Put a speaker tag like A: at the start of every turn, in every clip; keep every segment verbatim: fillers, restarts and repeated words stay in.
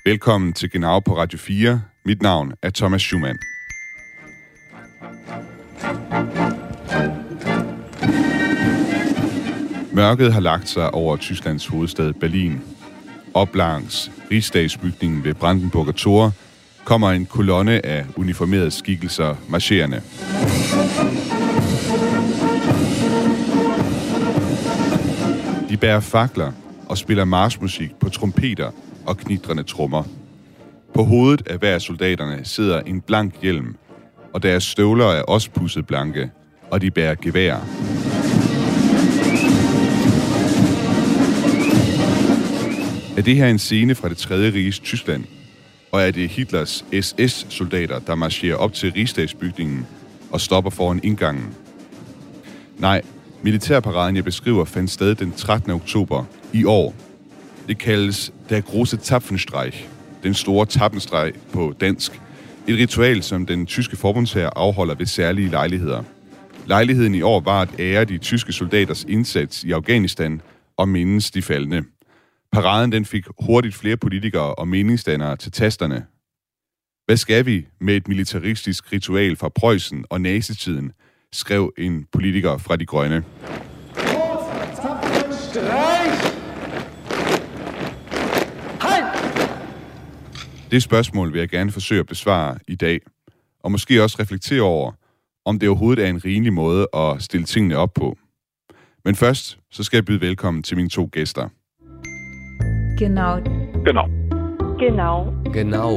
A: Velkommen til Genau på Radio fire. Mit navn er Thomas Schumann. Mørket har lagt sig over Tysklands hovedstad Berlin. Op langs Rigsdagsbygningen ved Brandenburger Tor kommer en kolonne af uniformerede skikkelser marcherende. De bærer fakler og spiller marchmusik på trompeter og knitrende trommer. På hovedet af hver af soldaterne sidder en blank hjelm, og deres støvler er også pudset blanke, og de bærer gevær. Er det her en scene fra det tredje riges Tyskland? Og er det Hitlers S S-soldater, der marcherer op til Rigsdagsbygningen og stopper foran indgangen? Nej, militærparaden, jeg beskriver, fandt sted den trettende oktober i år. Det kaldes Der große Zapfenstreich, den store tappenstreg på dansk. Et ritual, som den tyske forbundshær afholder ved særlige lejligheder. Lejligheden i år var at ære de tyske soldaters indsats i Afghanistan og mindes de faldne. Paraden den fik hurtigt flere politikere og meningsdannere til tasterne. Hvad skal vi med et militaristisk ritual fra Preussen og nazitiden, skrev en politiker fra De Grønne. Det spørgsmål vil jeg gerne forsøge at besvare i dag, og måske også reflektere over, om det overhovedet er en rimelig måde at stille tingene op på. Men først, så skal jeg byde velkommen til mine to gæster.
B: Genau.
C: Genau.
D: Genau.
E: Genau.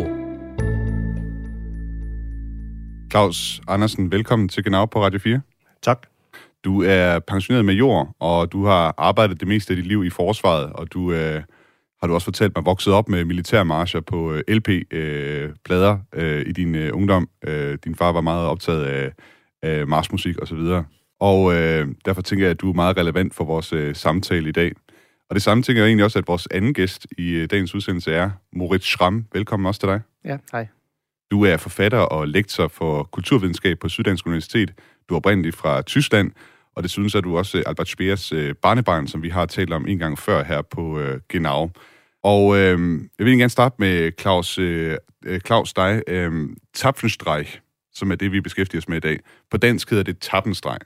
A: Claus Andersen, velkommen til Genau på Radio fire.
C: Tak.
A: Du er pensioneret major, og du har arbejdet det meste af dit liv i forsvaret, og du øh, har du også fortalt mig, vokset op med militærmarscher på øh, L P-plader øh, øh, i din øh, ungdom. Øh, din far var meget optaget af, af marchmusik osv., og, og øh, derfor tænker jeg, at du er meget relevant for vores øh, samtale i dag. Og det samme tænker jeg egentlig også, at vores anden gæst i øh, dagens udsendelse er Moritz Schramm. Velkommen også til dig.
E: Ja, hej.
A: Du er forfatter og lektor for kulturvidenskab på Syddansk Universitet. Du er oprindeligt fra Tyskland, og desuden så er du også Albert Speers øh, barnebarn, som vi har talt om en gang før her på øh, Genau. Og øh, jeg vil gerne starte med Claus, øh, Claus dig. Øh, Zapfenstreich, som er det, vi beskæftiger os med i dag. På dansk hedder det tappenstreg.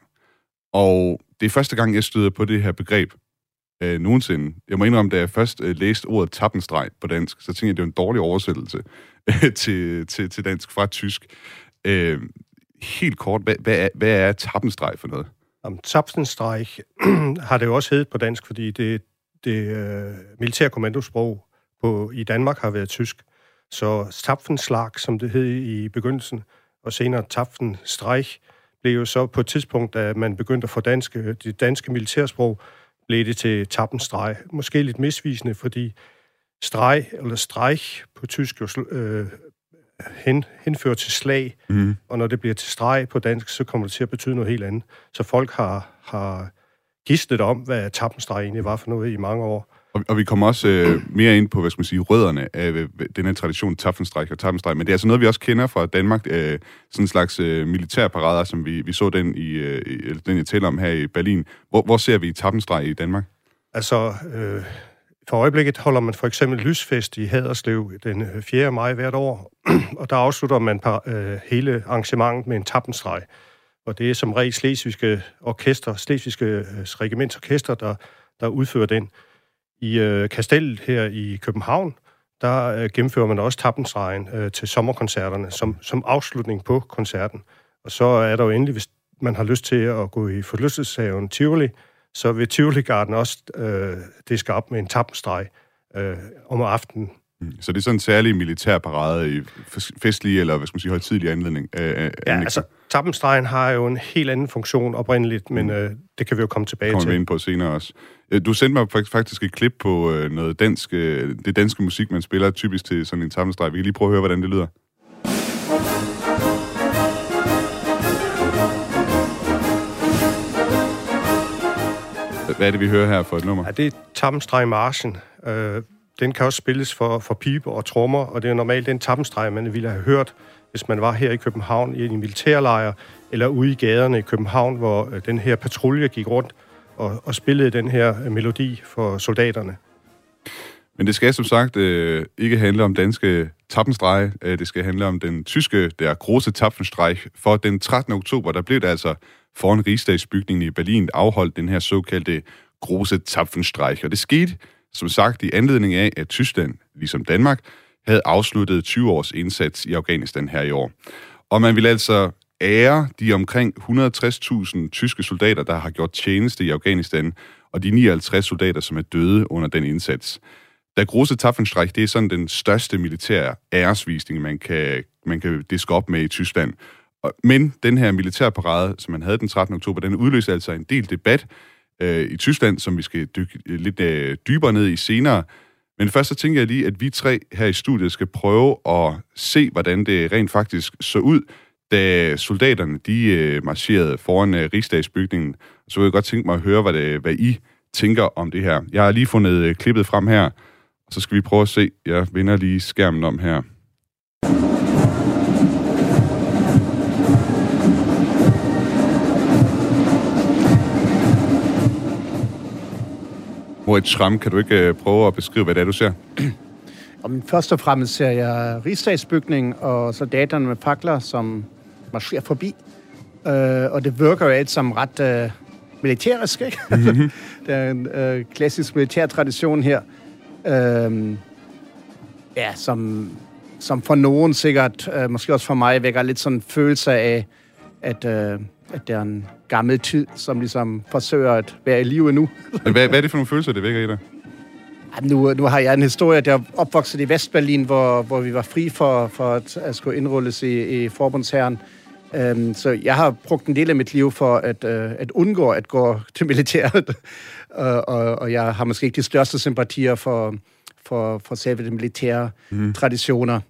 A: Og det er første gang, jeg støder på det her begreb øh, nogensinde. Jeg må indrømme, da jeg først øh, læste ordet tappenstreg på dansk, så tænkte jeg, at det var en dårlig oversættelse øh, til, til, til dansk fra tysk. Øh, helt kort, hvad, hvad, er, hvad er tappenstreg for noget?
C: Om Zapfenstreich har det jo også heddet på dansk, fordi det, det øh, militære kommandosprog på, i Danmark har været tysk. Så Zapfenschlag, som det hed i begyndelsen, og senere Zapfenstreich, blev jo så på et tidspunkt, da man begyndte at få danske, det danske militærsprog, blev det til tappenstreg. Måske lidt misvisende, fordi streg eller streich på tysk jo øh, hen, henfører til slag, mm. og når det bliver til streg på dansk, så kommer det til at betyde noget helt andet. Så folk har, har gistet om, hvad tappenstreg egentlig var for noget i mange år.
A: Og, og vi kommer også øh, mere ind på, hvad skal man sige, rødderne af øh, den her tradition, Zapfenstreich og tappenstreg, men det er altså noget, vi også kender fra Danmark, øh, sådan en slags øh, militærparader, som vi, vi så den, i, øh, den, jeg taler om her i Berlin. Hvor, hvor ser vi tappenstreg i Danmark?
C: Altså, øh, for øjeblikket holder man for eksempel lysfest i Haderslev den fjerde maj hvert år, og der afslutter man par, øh, hele arrangementet med en tappenstreg. Og det er som regel slesvigske orkester, slesvigske øh, regimentsorkester, der, der udfører den. I øh, Kastellet her i København, der øh, gennemfører man også tappenstregen øh, til sommerkoncerterne som, som afslutning på koncerten. Og så er der jo endelig, hvis man har lyst til at gå i forlystelseshaven Tivoli, så vil Tivoli-garden også øh, diske op med en tappenstreg øh, om aftenen.
A: Så det er sådan en særlig militærparade i festlige eller hvad skal man sige, højtidelige anledning? Øh,
C: ja, altså tappenstregen har jo en helt anden funktion oprindeligt, men øh, det kan vi jo komme tilbage
A: kommer
C: til.
A: Kommer vi ind på senere også. Du sendte mig faktisk et klip på øh, noget dansk, øh, det danske musik, man spiller typisk til sådan en tappenstreg. Vi kan lige prøve at høre, hvordan det lyder. Hvad er det, vi hører her for et nummer?
C: Ja, det er tappenstreg-marchen. Øh, den kan også spilles for, for pibe og trommer, og det er normalt den tappenstreg, man ville have hørt, hvis man var her i København i en militærlejr, eller ude i gaderne i København, hvor øh, den her patrulje gik rundt og, og spillede den her øh, melodi for soldaterne.
A: Men det skal som sagt øh, ikke handle om danske Tappenstreich. Øh, det skal handle om den tyske, der große Tapfenstreich. For den trettende oktober, der blev det altså foran Rigsdagsbygningen i Berlin afholdt den her såkaldte große Tapfenstreich. Og det skete, som sagt, i anledning af, at Tyskland, ligesom Danmark, havde afsluttet tyve års indsats i Afghanistan her i år. Og man vil altså ære de omkring et hundrede og tres tusind tyske soldater, der har gjort tjeneste i Afghanistan, og de nioghalvtreds soldater, som er døde under den indsats. Da große Tapfenstreich, det er sådan den største militære æresvisning, man kan, man kan diske op med i Tyskland. Men den her militærparade, som man havde den trettende oktober, den udløste altså en del debat øh, i Tyskland, som vi skal dykke lidt øh, dybere ned i senere. Men først så tænker jeg lige, at vi tre her i studiet skal prøve at se, hvordan det rent faktisk så ud, da soldaterne de øh, marcherede foran øh, Rigsdagsbygningen. Så vil jeg godt tænke mig at høre, hvad, det, hvad I tænker om det her. Jeg har lige fundet øh, klippet frem her, og så skal vi prøve at se. Jeg vender lige skærmen om her. Moritz Schramm, kan du ikke øh, prøve at beskrive, hvad det er, du ser?
D: Og først og fremmest ser jeg Rigsdagsbygningen og soldaterne med fakler, som marcherer forbi. Øh, og det virker jo alt som ret øh, militærisk, ikke? Mm-hmm. Det er en øh, klassisk militær tradition her. Øh, ja, som, som for nogen sikkert, øh, måske også for mig, vækker lidt sådan en følelse af, at, øh, at det er en gammel tid, som ligesom forsøger at være i live nu.
A: hvad, hvad er det for nogle følelser, det vækker i dig?
D: Nu, nu har jeg en historie, der er opvokset i Vestberlin, hvor, hvor vi var fri for, for at, at skulle indrulles i, i forbundshæren. Um, så jeg har brugt en del af mit liv for at, uh, at undgå at gå til militæret. uh, og, og jeg har måske ikke de største sympatier for, for, for selve de militære mm. traditioner.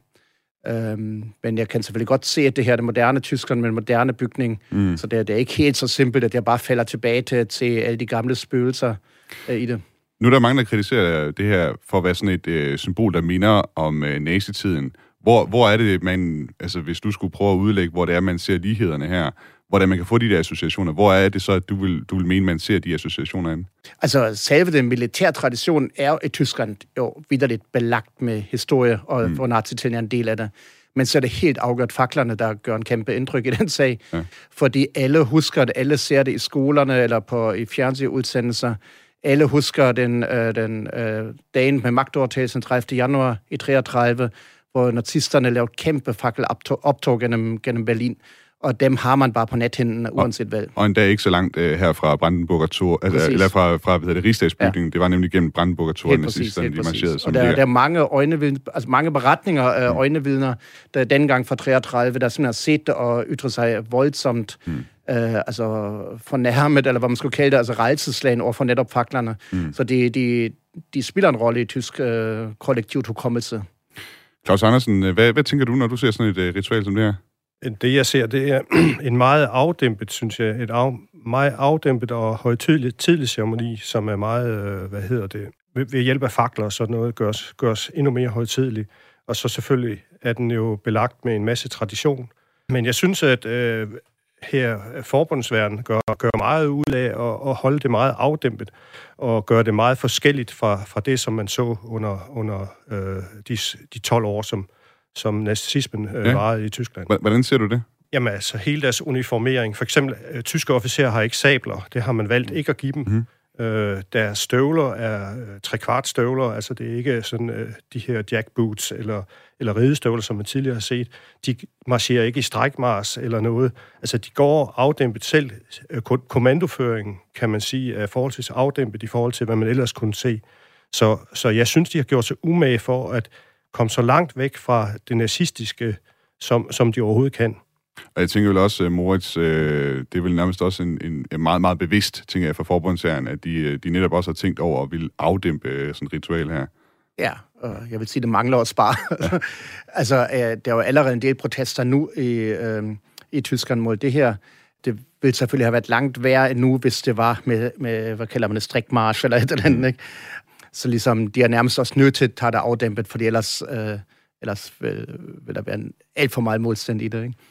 D: Um, men jeg kan selvfølgelig godt se, at det her er det moderne Tyskland med en moderne bygning. Mm. Så det, det er ikke helt så simpelt, at jeg bare falder tilbage til at se alle de gamle spøgelser uh, i det.
A: Nu er der mange, der kritiserer det her for at være sådan et øh, symbol, der minder om øh, nazitiden. Hvor, hvor er det, man, altså hvis du skulle prøve at udlægge, hvor det er, man ser lighederne her, hvordan man kan få de der associationer, hvor er det så, at du vil, du vil mene, man ser de associationer inde?
D: Altså, selve den militære tradition er jo i Tyskland jo vitterligt belagt med historie, og mm. hvor nazitiden er en del af det. Men så er det helt afgjort faklerne, der gør en kæmpe indtryk i den sag. Ja. Fordi alle husker det, alle ser det i skolerne eller på, i fjernsynsudsendelser. Alle husker den, øh, den øh, dagen med magtovertagelsen tredivte januar i treogtredive, hvor nazisterne lavede kæmpe fakkeloptog optog gennem, gennem Berlin. Og dem har man bare på nethinden, uanset hvad.
A: Og endda ikke så langt øh, her fra Brandenburger Tor, altså, eller fra, fra hvad det, Rigsdagsbygningen. Ja. Det var nemlig gennem Brandenburger Tor, nazisterne de marcherede. Som
D: og der, der er mange, øjnevidner, altså mange beretninger af øh, øjnevidner, der dengang fra treogtredive, der simpelthen har set det og ytret sig voldsomt, mm. øh, altså fornærmet, eller hvad man skulle kalde det, altså rejselslagen over for netop faklerne. Mm. Så de, de, de spiller en rolle i tysk øh, kollektivt hukommelse. Claus
A: Andersen, hvad, hvad tænker du, når du ser sådan et uh, ritual som det her?
C: Det, jeg ser, det er en meget afdæmpet, synes jeg, et af, meget afdæmpet og højtidelig tidlig ceremoni, som er meget, hvad hedder det, ved, ved hjælp af fakler og sådan noget, gørs, gørs endnu mere højtidelig. Og så selvfølgelig er den jo belagt med en masse tradition. Men jeg synes, at øh, her forbundsverden gør, gør meget ud af at, at holde det meget afdæmpet, og gøre det meget forskelligt fra, fra det, som man så under, under øh, de, de tolv år, som som nazismen øh, ja. varede i Tyskland.
A: Hvordan ser du det?
C: Jamen altså, hele deres uniformering. For eksempel, øh, tyske officerer har ikke sabler. Det har man valgt ikke at give dem. Mm. Øh, deres støvler er øh, trekvart støvler. Altså, det er ikke sådan øh, de her jackboots eller, eller ridestøvler, som man tidligere har set. De marcherer ikke i strækmars eller noget. Altså, de går afdæmpet selv. Øh, kommandoføringen, kan man sige, er forholdsvis afdæmpet i forhold til, hvad man ellers kunne se. Så, så jeg synes, de har gjort sig umage for at kom så langt væk fra det nazistiske, som, som de overhovedet kan.
A: Og jeg tænker vel også, Moritz, øh, det er vel nærmest også en, en meget, meget bevidst, tænker jeg, for forbundsherren, at de, de netop også har tænkt over at ville afdæmpe sådan et ritual her.
D: Ja, og jeg vil sige, det mangler at spare. Ja. altså, øh, der er jo allerede en del protester nu i, øh, i Tyskland mod det her. Det ville selvfølgelig have været langt værre end nu, hvis det var med, med hvad kalder man det, strikmarsch eller et eller andet, ikke? Så ligesom, de er nærmest også nødt til at tage det afdæmpet, fordi ellers, øh, ellers vil, vil der være en alt for meget modstand i det, ikke?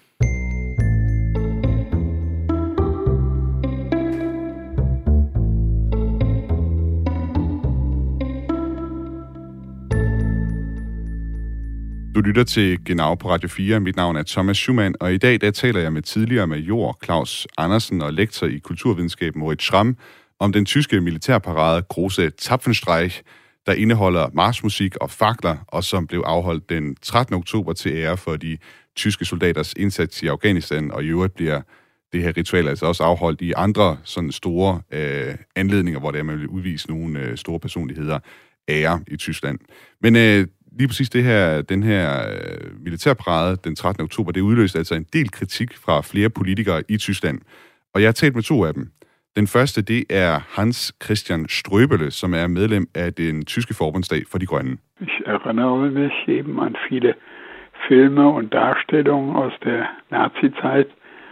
A: Du lytter til Genau på Radio fire. Mit navn er Thomas Schumann, og i dag der taler jeg med tidligere major Claus Andersen og lektor i kulturvidenskab Moritz Schramm om den tyske militærparade Große Zapfenstreich, der indeholder marchmusik og fakler, og som blev afholdt den trettende oktober til ære for de tyske soldaters indsats i Afghanistan, og i øvrigt bliver det her ritual altså også afholdt i andre sådan store øh, anledninger, hvor der man vil udvise nogle øh, store personligheder ære i Tyskland. Men øh, lige præcis det her, den her øh, militærparade den trettende oktober, det udløste altså en del kritik fra flere politikere i Tyskland. Og jeg har talt med to af dem. Den første, det er Hans Christian Ströbele, som er medlem af den tyske forbundsdag for de Grønne.
E: Ich erinnere mich eben an viele Filme und Darstellungen aus der Nazizeit,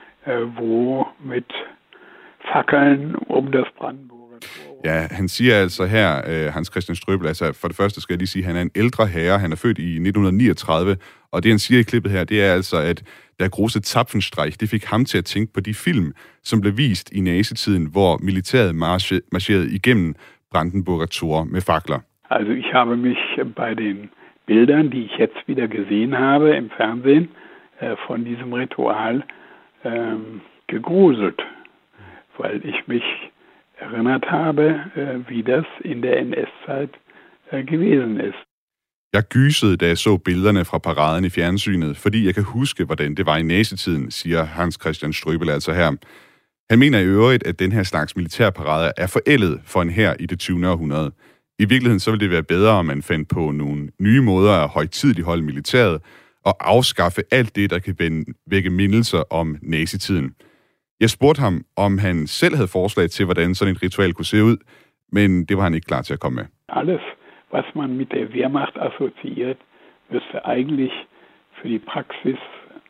E: wo mit Fackeln um das Brandenburger Tor.
A: Ja, han siger altså her, Hans Christian Ströbele, altså for det første skal jeg lige sige, at han er en ældre herre, han er født i nitten niogtredive, og det han siger i klippet her, det er altså, at der Große Zapfenstreich, det fik ham til at tænke på de film, som blev vist i nazitiden, hvor militæret marche, marcherede igennem Brandenburger Tor med fakler.
E: Also ich habe mich bei den Bildern, die ich jetzt wieder gesehen habe im Fernsehen, von diesem Ritual ähm, gegruselt, weil ich mich erinnert habe, äh, wie das in der N S-Zeit äh, gewesen ist.
A: Jeg gysede, da jeg så billederne fra paraden i fjernsynet, fordi jeg kan huske, hvordan det var i nazitiden, siger Hans Christian Ströbele altså her. Han mener i øvrigt, at den her slags militærparade er forældet for en hær i det tyvende århundrede. I virkeligheden så ville det være bedre, om man fandt på nogle nye måder at højtideligholde militæret og afskaffe alt det, der kan vække mindelser om nazitiden. Jeg spurgte ham, om han selv havde forslag til, hvordan sådan et ritual kunne se ud, men det var han ikke klar til at komme med.
E: Alles, was man mit der Wehrmacht assoziiert, müsste eigentlich für die Praxis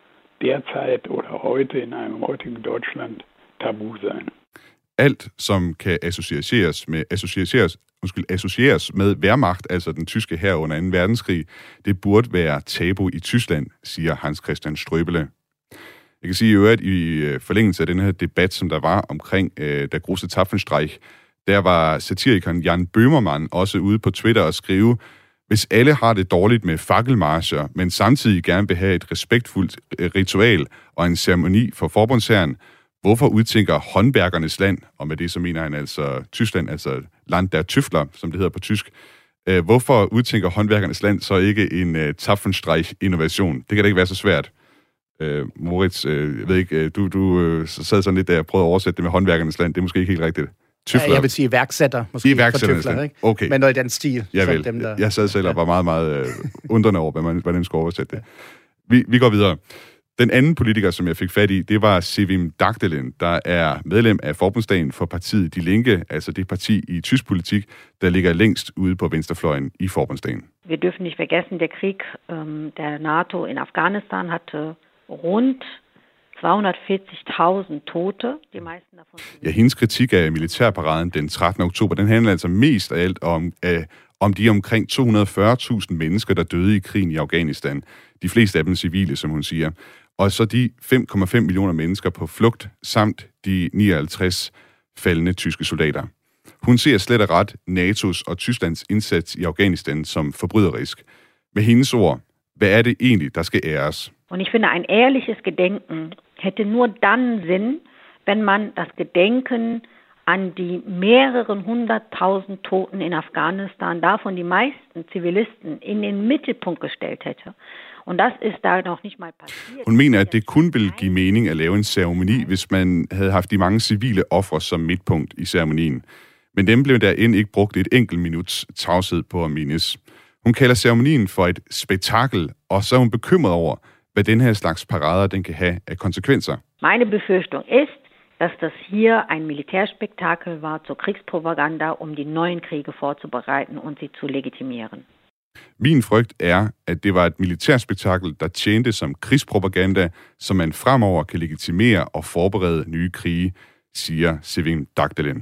E: derzeit oder heute in einem heutigen Deutschland tabu sein.
A: Alt, som kan associeres med, associeres, undskyld, associeres med Wehrmacht, altså den tyske hær under anden verdenskrig, det burde være tabu i Tyskland, siger Hans Christian Ströbele. Jeg kan sige i øvrigt, i forlængelse af den her debat, som der var omkring øh, der Große Zapfenstreich, der var satirikeren Jan Böhmermann også ude på Twitter og skrive, hvis alle har det dårligt med fakkelmarcher, men samtidig gerne vil have et respektfuldt ritual og en ceremoni for forbundshæren, hvorfor udtænker håndværkernes land, og med det så mener han altså Tyskland, altså land der Tüftler, som det hedder på tysk, øh, hvorfor udtænker håndværkernes land så ikke en uh, Zapfenstreich-innovation? Det kan da ikke være så svært. Øh, Moritz, øh, jeg ved ikke, du, du øh, sad sådan lidt der og prøvede at oversætte det med håndværkernes land, det er måske ikke helt rigtigt.
D: Tøfler. Ja, jeg vil sige iværksætter, måske
A: for tøfler,
D: ikke?
A: Okay.
D: Men noget i den stil.
A: Jeg vil. Dem, der... Jeg sad selv og var meget, meget øh, undrende over, hvordan man skulle oversætte det. Vi, vi går videre. Den anden politiker, som jeg fik fat i, det var Sevim Dagdelin, der er medlem af forbundsdagen for partiet Die Linke, altså det parti i tysk politik, der ligger længst ude på venstrefløjen i forbundsdagen.
B: Wir dürfen nicht vergessen, der Krieg ähm, der NATO in Afghanistan hatte rund zweihundertvierzig tusind Tote, de meisten davon...
A: Ja, hendes kritik af militærparaden den trettende oktober, den handler altså mest af alt om, øh, om de omkring to hundrede og fyrre tusind mennesker, der døde i krigen i Afghanistan. De fleste af dem civile, som hun siger. Og så de fem komma fem millioner mennesker på flugt, samt de nioghalvtreds faldende tyske soldater. Hun ser slet og ret N A T O's og Tysklands indsats i Afghanistan som forbryderisk. Med hendes ord, hvad er det egentlig, der skal æres?
B: Und ich finde, ein ehrliches Gedenken hätte nur dann Sinn, wenn man das Gedenken an die mehreren hunderttausend Toten in Afghanistan, davon die meisten Zivilisten, in den Mittelpunkt gestellt hätte. Und das ist da noch nicht mal passiert.
A: Hun mener, at det kun ville give mening at lave en ceremoni, hvis man havde haft de mange civile ofre som midtpunkt i ceremonien. Men dem blev der end ikke brugt et enkelt minuts tavshed på at mindes. Hun kalder ceremonien for et spektakel, og så er hun bekymret over, hvad den her slags parader den kan have af konsekvenser.
B: Meine Befürchtung ist, dass das hier ein Militärspektakel war zur Kriegspropaganda, um die neuen Kriege vorzubereiten und sie zu legitimieren.
A: Min frygt er, at det var et militærspektakel, der tjente som krigspropaganda, som man fremover kan legitimere og forberede nye krige, siger Sevim Dagdelin.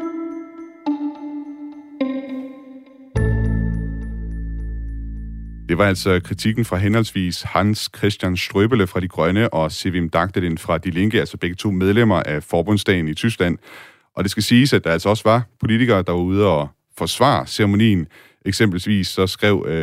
A: Det var altså kritikken fra henholdsvis Hans Christian Ströbele fra De Grønne og Sevim Dagdelin fra Die Linke, altså begge to medlemmer af forbundsdagen i Tyskland. Og det skal siges, at der altså også var politikere, der var ude og forsvare ceremonien. Eksempelvis så skrev øh,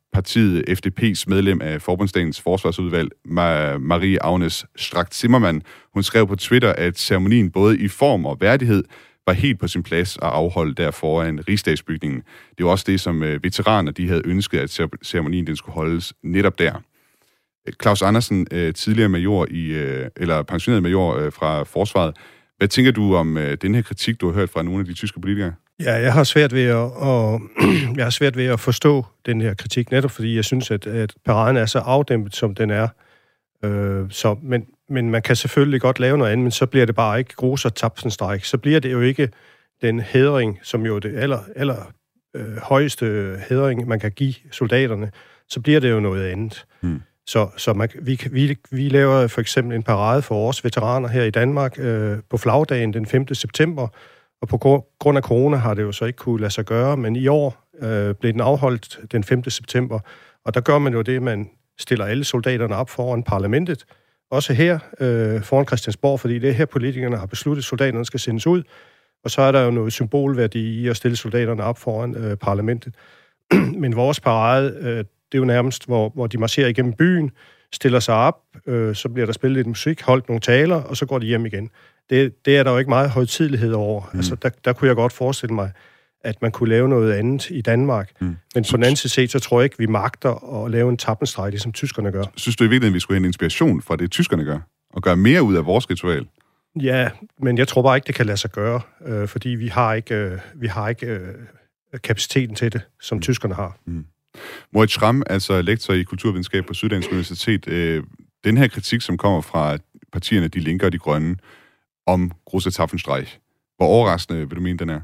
A: partiet F D P's medlem af Forbundsdagens forsvarsudvalg, Marie Agnes Strack-Zimmermann, hun skrev på Twitter, at ceremonien både i form og værdighed var helt på sin plads at afholde der foran Rigsdagsbygningen. Det var også det, som veteraner de havde ønsket, at ceremonien den skulle holdes netop der. Claus Andersen, tidligere major i, eller pensioneret major fra Forsvaret. Hvad tænker du om den her kritik, du har hørt fra nogle af de tyske politikere?
C: Ja, jeg har svært ved at, og, jeg har svært ved at forstå den her kritik, netop fordi jeg synes, at, at paraden er så afdæmpet, som den er. Øh, så, men, men man kan selvfølgelig godt lave noget andet, men så bliver det bare ikke Großer Zapfenstreich. Så bliver det jo ikke den hædring, som jo er det aller, aller øh, højeste hædring, man kan give soldaterne. Så bliver det jo noget andet. Hmm. Så, så man, vi, vi, vi laver for eksempel en parade for vores veteraner her i Danmark øh, på flagdagen den femte september, og på grund af corona har det jo så ikke kunne lade sig gøre, men i år øh, blev den afholdt den femte september, og der gør man jo det, man stiller alle soldaterne op foran parlamentet, også her øh, foran Christiansborg, fordi det er her politikerne har besluttet, at soldaterne skal sendes ud, og så er der jo noget symbolværdi i at stille soldaterne op foran øh, parlamentet. Men vores parade, øh, det er jo nærmest, hvor, hvor de marcherer igennem byen, stiller sig op, øh, så bliver der spillet lidt musik, holdt nogle taler, og så går de hjem igen. Det, det er der jo ikke meget højtidelighed over. Mm. Altså, der, der kunne jeg godt forestille mig, at man kunne lave noget andet i Danmark. Mm. Men på den anden side, så tror jeg ikke, vi magter at lave en tappenstreg, som tyskerne gør.
A: Synes du i virkeligheden, vi skulle have en inspiration fra det, tyskerne gør? Og gøre mere ud af vores ritual?
C: Ja, men jeg tror bare ikke, det kan lade sig gøre, øh, fordi vi har ikke, øh, vi har ikke øh, kapaciteten til det, som mm. tyskerne har. Mm.
A: Moritz Schramm, altså lektor i kulturvidenskab på Syddansk Universitet. Øh, den her kritik, som kommer fra partierne De Linke og De Grønne, om Großer Zapfenstreich. Hvor overraskende vil du mene, den er?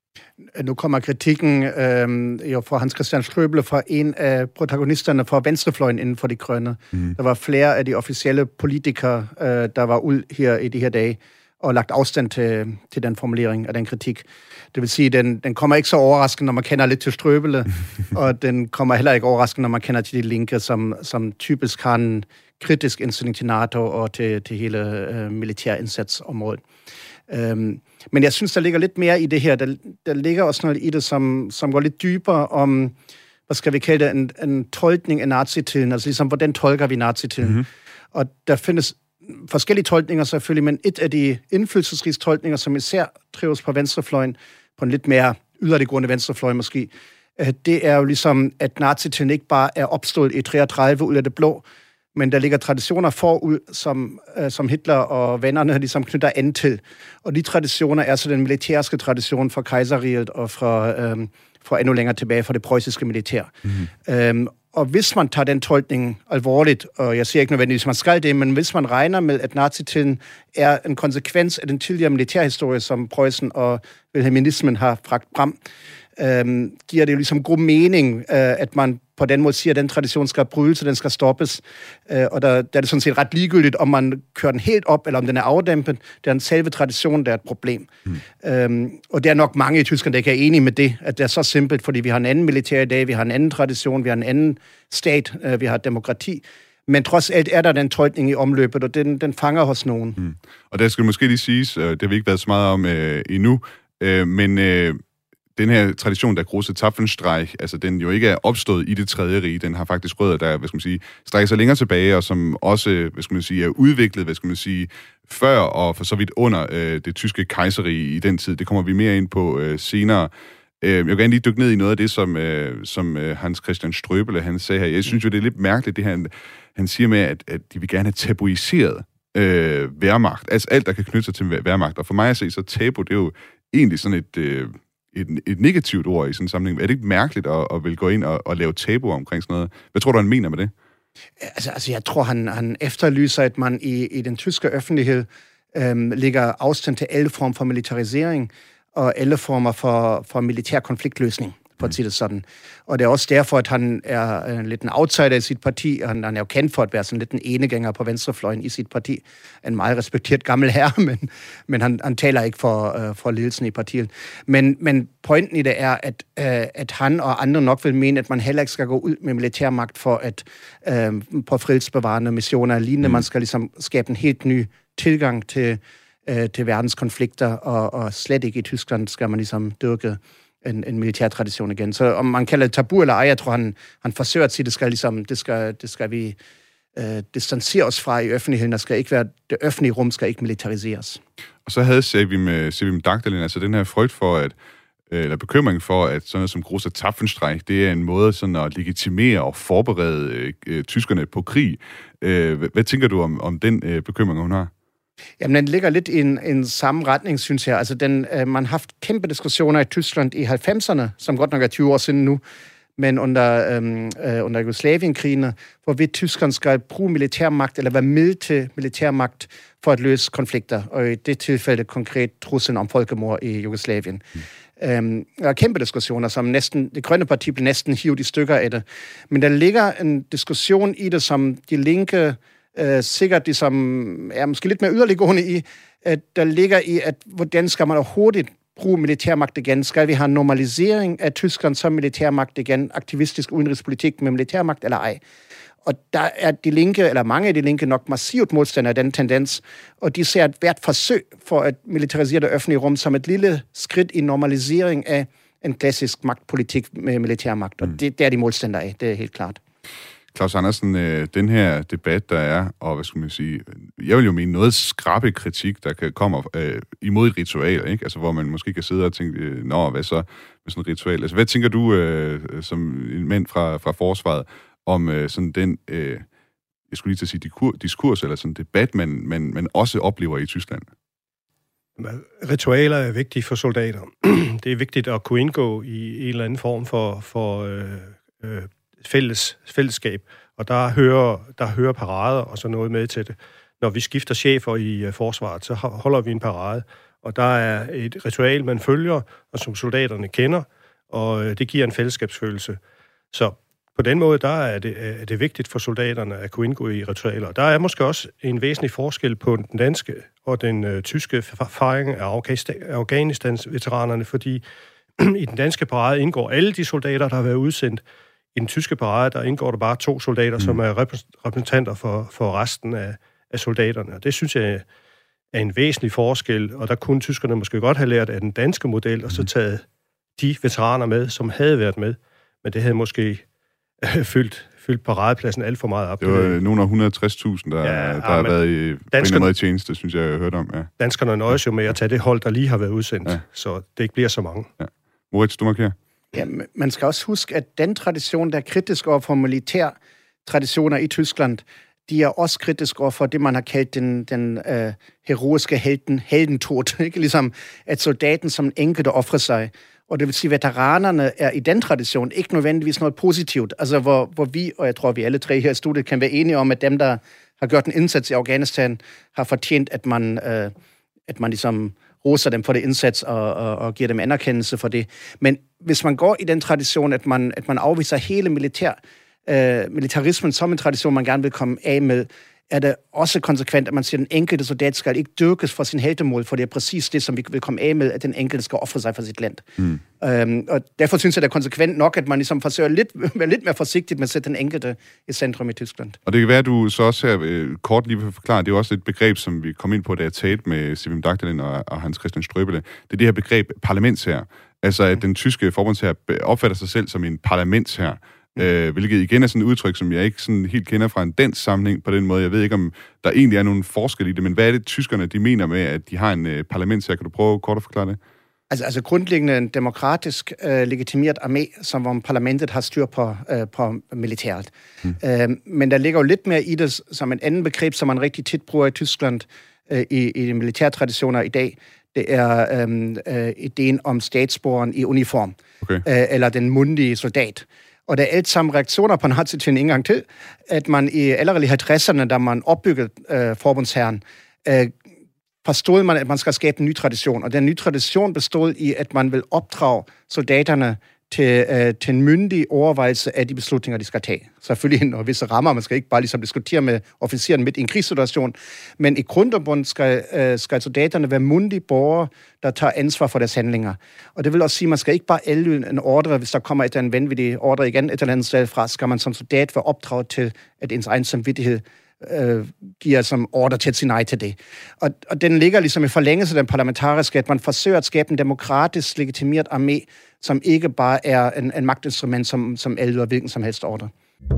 D: Nu kommer kritikken øh, jo fra Hans Christian Strøbele, fra en af protagonisterne fra venstrefløjen inden for De Grønne. Mm. Der var flere af de officielle politikere, øh, der var ud her i de her dage, og lagt afstand til, til den formulering af den kritik. Det vil sige, den, den kommer ikke så overraskende, når man kender lidt til Strøbele, og den kommer heller ikke overraskende, når man kender til De Linke, som, som typisk har en kritisk indstilling til NATO og til, til hele øh, militærindsatsområdet. Øhm, men jeg synes, der ligger lidt mere i det her. Der, der ligger også noget i det, som, som går lidt dybere om, hvad skal vi kalde det, en, en tolkning af nazitiden. Altså ligesom, hvordan tolker vi nazitiden? Mm-hmm. Og der findes forskellige tolkninger selvfølgelig, men et af de indflydelsesrige tolkninger, som især trives på venstrefløjen, på en lidt mere yderliggående venstrefløj måske, det er jo ligesom, at nazitiden ikke bare er opstået i treogtredive ud af det blå, men der ligger traditioner forud, som, øh, som Hitler og vennerne ligesom knytter an til. Og de traditioner er så den militærske tradition fra Kejserriget og fra, øh, fra endnu længere tilbage fra det preussiske militær. Mm-hmm. Øhm, og hvis man tager den tolkning alvorligt, og jeg siger ikke nødvendigvis, man skal det, men hvis man regner med, at nazitiden er en konsekvens af den tidligere militærhistorie, som Preussen og wilhelminismen har fragt frem, øhm, giver det jo ligesom god mening, øh, at man på den måde siger, at den tradition skal brydes, og den skal stoppes. Øh, og der, der er det sådan set ret ligegyldigt, om man kører den helt op, eller om den er afdæmpet. Det er en selve tradition, der er et problem. Mm. Øhm, og der er nok mange i Tyskland, der ikke er enige med det, at det er så simpelt, fordi vi har en anden militær i dag, vi har en anden tradition, vi har en anden stat, øh, vi har demokrati. Men trods alt er der den tolkning i omløbet, og den, den fanger hos nogen. Mm.
A: Og der skal måske lige siges, øh, det har vi ikke været så meget om øh, endnu, øh, men... Øh, den her tradition, der Große Zapfenstreich, altså den jo ikke er opstået i det tredje rige, den har faktisk rødder, der, hvad skal man sige, strækker sig længere tilbage, og som også, hvad skal man sige, er udviklet, hvad skal man sige, før og for så vidt under øh, det tyske kejserrige i den tid. Det kommer vi mere ind på øh, senere. Øh, jeg vil gerne lige dykke ned i noget af det, som, øh, som øh, Hans Christian Strøbele, han sagde her. Jeg synes jo, det er lidt mærkeligt, det her, han siger med, at, at de vil gerne have tabuiseret øh, værmagt. Altså alt, der kan knytte sig til værmagt. Og for mig at se, så tabu, det er jo egentlig sådan et... Øh, Et, et negativt ord i sådan en sammenhæng. Er det ikke mærkeligt at, at vil gå ind og, og lave tabu omkring sådan noget? Hvad tror du, han mener med det?
D: Altså, altså jeg tror, han, han efterlyser, at man i, i den tyske offentlighed øhm, lægger afstand til alle former for militarisering og alle former for, for militær konfliktløsning, for at sige det sådan. Og det er også derfor, at han er lidt en outsider i sit parti. Han, han er jo kendt for at være sådan lidt en enegænger på venstrefløjen i sit parti. En meget respekteret gammel herre, men, men han, han taler ikke for, uh, for ledelsen i partiet. Men, men pointen i det er, at, uh, at han og andre nok vil mene, at man heller ikke skal gå ud med militærmagt for at uh, på fredsbevarende missioner og lignende. Mm. Man skal ligesom skabe en helt ny tilgang til, uh, til verdens konflikter, og, og slet ikke i Tyskland skal man ligesom dyrke en, en militær tradition igen. Så om man kalder det tabu eller ej, jeg tror, han, han forsøger at sige, det skal, ligesom, det skal, det skal vi øh, distancere os fra i offentligheden. Der skal ikke være, det offentlige rum skal ikke militariseres. Og
A: så havde Sevim, Sevim Dagdalin altså den her frygt for, at eller bekymring for, at sådan noget som Großer Zapfenstreich, det er en måde sådan at legitimere og forberede øh, tyskerne på krig. Øh, hvad, hvad tænker du om, om den øh, bekymring, hun har?
D: Jamen, den ligger lidt i en, en samme retning, synes jeg. Altså, den, øh, man har haft kæmpe diskussioner i Tyskland i halvfemserne, som godt nok er tyve år siden nu, men under, øhm, øh, under Jugoslavien-krigene, hvorvidt Tyskland skal bruge militærmagt, eller være med til militærmagt for at løse konflikter, og i det tilfælde konkret truslen om folkemord i Jugoslavien. Mm. Øhm, der er kæmpe diskussioner, som næsten, det grønne parti blev næsten hivet i stykker af det. Men der ligger en diskussion i det, som de linke øh, sikkert ligesom, er måske lidt mere yderliggående i, at der ligger i, at hvordan skal man hurtigt bruge militærmagt igen? Skal vi have normalisering af Tyskland som militærmagt igen? Aktivistisk udenrigspolitik med militærmagt eller ej? Og der er de linke, eller mange af de linke, nok massivt modstander af den tendens, og de ser et hvert forsøg for at militarisere det offentlige rum som et lille skridt i normalisering af en klassisk magtpolitik med militærmagt. Og det, det er de modstandere af, det er helt klart.
A: Claus Andersen, den her debat, der er, og hvad skal man sige, jeg vil jo mene noget skrappe kritik, der kan komme øh, imod et ritual, ikke? Altså, hvor man måske kan sidde og tænke, nå, hvad så med sådan et ritual? Altså, hvad tænker du øh, som en mand fra, fra forsvaret, om øh, sådan den, øh, jeg skulle lige til at sige diskurs, eller sådan debat, man, man, man også oplever i Tyskland?
C: Ritualer er vigtige for soldater. Det er vigtigt at kunne indgå i en eller anden form for, for øh, øh, fælles, fællesskab, og der hører, der hører parader og sådan noget med til det. Når vi skifter chefer i øh, forsvaret, så holder vi en parade, og der er et ritual, man følger, og som soldaterne kender, og øh, det giver en fællesskabsfølelse. Så på den måde, der er det, er det vigtigt for soldaterne at kunne indgå i ritualer. Der er måske også en væsentlig forskel på den danske og den øh, tyske erfaring af Afghanistans veteranerne, fordi i den danske parade indgår alle de soldater, der har været udsendt. I den tyske parade, der indgår der bare to soldater, mm. som er repræsentanter for, for resten af, af soldaterne. Og det synes jeg er en væsentlig forskel, og der kunne tyskerne måske godt have lært af den danske model, og så taget de veteraner med, som havde været med. Men det havde måske fyldt, fyldt paradepladsen alt for meget op.
A: Det var nogle af et hundrede og tres tusind, der, ja, der har været i danskerne, måde i tjeneste, synes jeg, jeg har hørt om. Ja.
C: Danskerne nøjes jo med at tage det hold, der lige har været udsendt, ja. Så det ikke bliver så mange.
A: Ja. Moritz, du markerer.
D: Ja, man skal også huske, at den tradition, der er kritisk over for militær traditioner i Tyskland, de er også kritisk over for det, man har kaldt den, den øh, heroiske helden, heldentod. Ikke? Ligesom at soldaten som enkelte offrer sig. Og det vil sige, at veteranerne er i den tradition ikke nødvendigvis noget positivt. Altså, hvor, hvor vi, og jeg tror, vi alle tre her i studiet, kan være enige om, at dem, der har gjort en indsats i Afghanistan, har fortjent, at man, øh, at man ligesom roser dem for det indsats og, og, og giver dem anerkendelse for det. Men hvis man går i den tradition, at man, at man afviser hele militær, øh, militarismen som en tradition, man gerne vil komme af med, er det også konsekvent, at man siger, at den enkelte soldat skal ikke dyrkes for sin heltemål, for det er præcis det, som vi vil komme af med, at den enkelte skal ofre sig for sit land. Mm. Øhm, og derfor synes jeg, det er konsekvent nok, at man ligesom forsøger lidt, være lidt mere forsigtigt med at sætte den enkelte i centrum i Tyskland.
A: Og det kan være, at du så også her øh, kort lige vil forklare, det er jo også et begreb, som vi kom ind på, da jeg talte med Sevim Dagdalin og, og Hans Christian Ströbele. Det er det her begreb parlamentsherre. Altså, at den tyske forbundsherre opfatter sig selv som en parlamentsherre. Øh, hvilket igen er sådan et udtryk, som jeg ikke sådan helt kender fra en dansk sammenhæng på den måde. Jeg ved ikke, om der egentlig er nogen forskel i det, men hvad er det, tyskerne de mener med, at de har en øh, parlament her? Kan du prøve kort at forklare det?
D: Altså, altså grundlæggende en demokratisk øh, legitimeret armé, som om parlamentet har styr på, øh, på militæret. Hmm. Øh, men der ligger jo lidt mere i det som en anden begreb, som man rigtig tit bruger i Tyskland øh, i, i de militære traditioner i dag. Det er øh, øh, ideen om statsborgeren i uniform, okay. øh, eller den mundige soldat. Og der er alt sammen reaktioner på nazitiden en gang til, at man i allerede i halvtredserne, da man opbyggede øh, forbundsherren, øh, forstod man, at man skal skabe en ny tradition. Og den nye tradition bestod i, at man vil opdrage soldaterne til, øh, til en myndig overvejelse af de beslutninger, de skal tage. Selvfølgelig inden og visse rammer. Man skal ikke bare ligesom diskutere med officeren midt i en krigssituation. Men i grund og bund skal, øh, skal soldaterne være myndige borgere, der tager ansvar for deres handlinger. Og det vil også sige, at man skal ikke bare ælde en ordre, hvis der kommer et eller andet vanvittigt ordre igen et eller andet sted fra, skal man som soldat være opdraget til, at ens egen samvittighed øh, giver som ordre til at sige nej til det. Og, og den ligger ligesom i forlængelse af den parlamentariske, at man forsøger at skabe en demokratisk legitimeret armé, som ikke bare er en, en magtinstrument, som, som adlyder hvilken som helst ordre.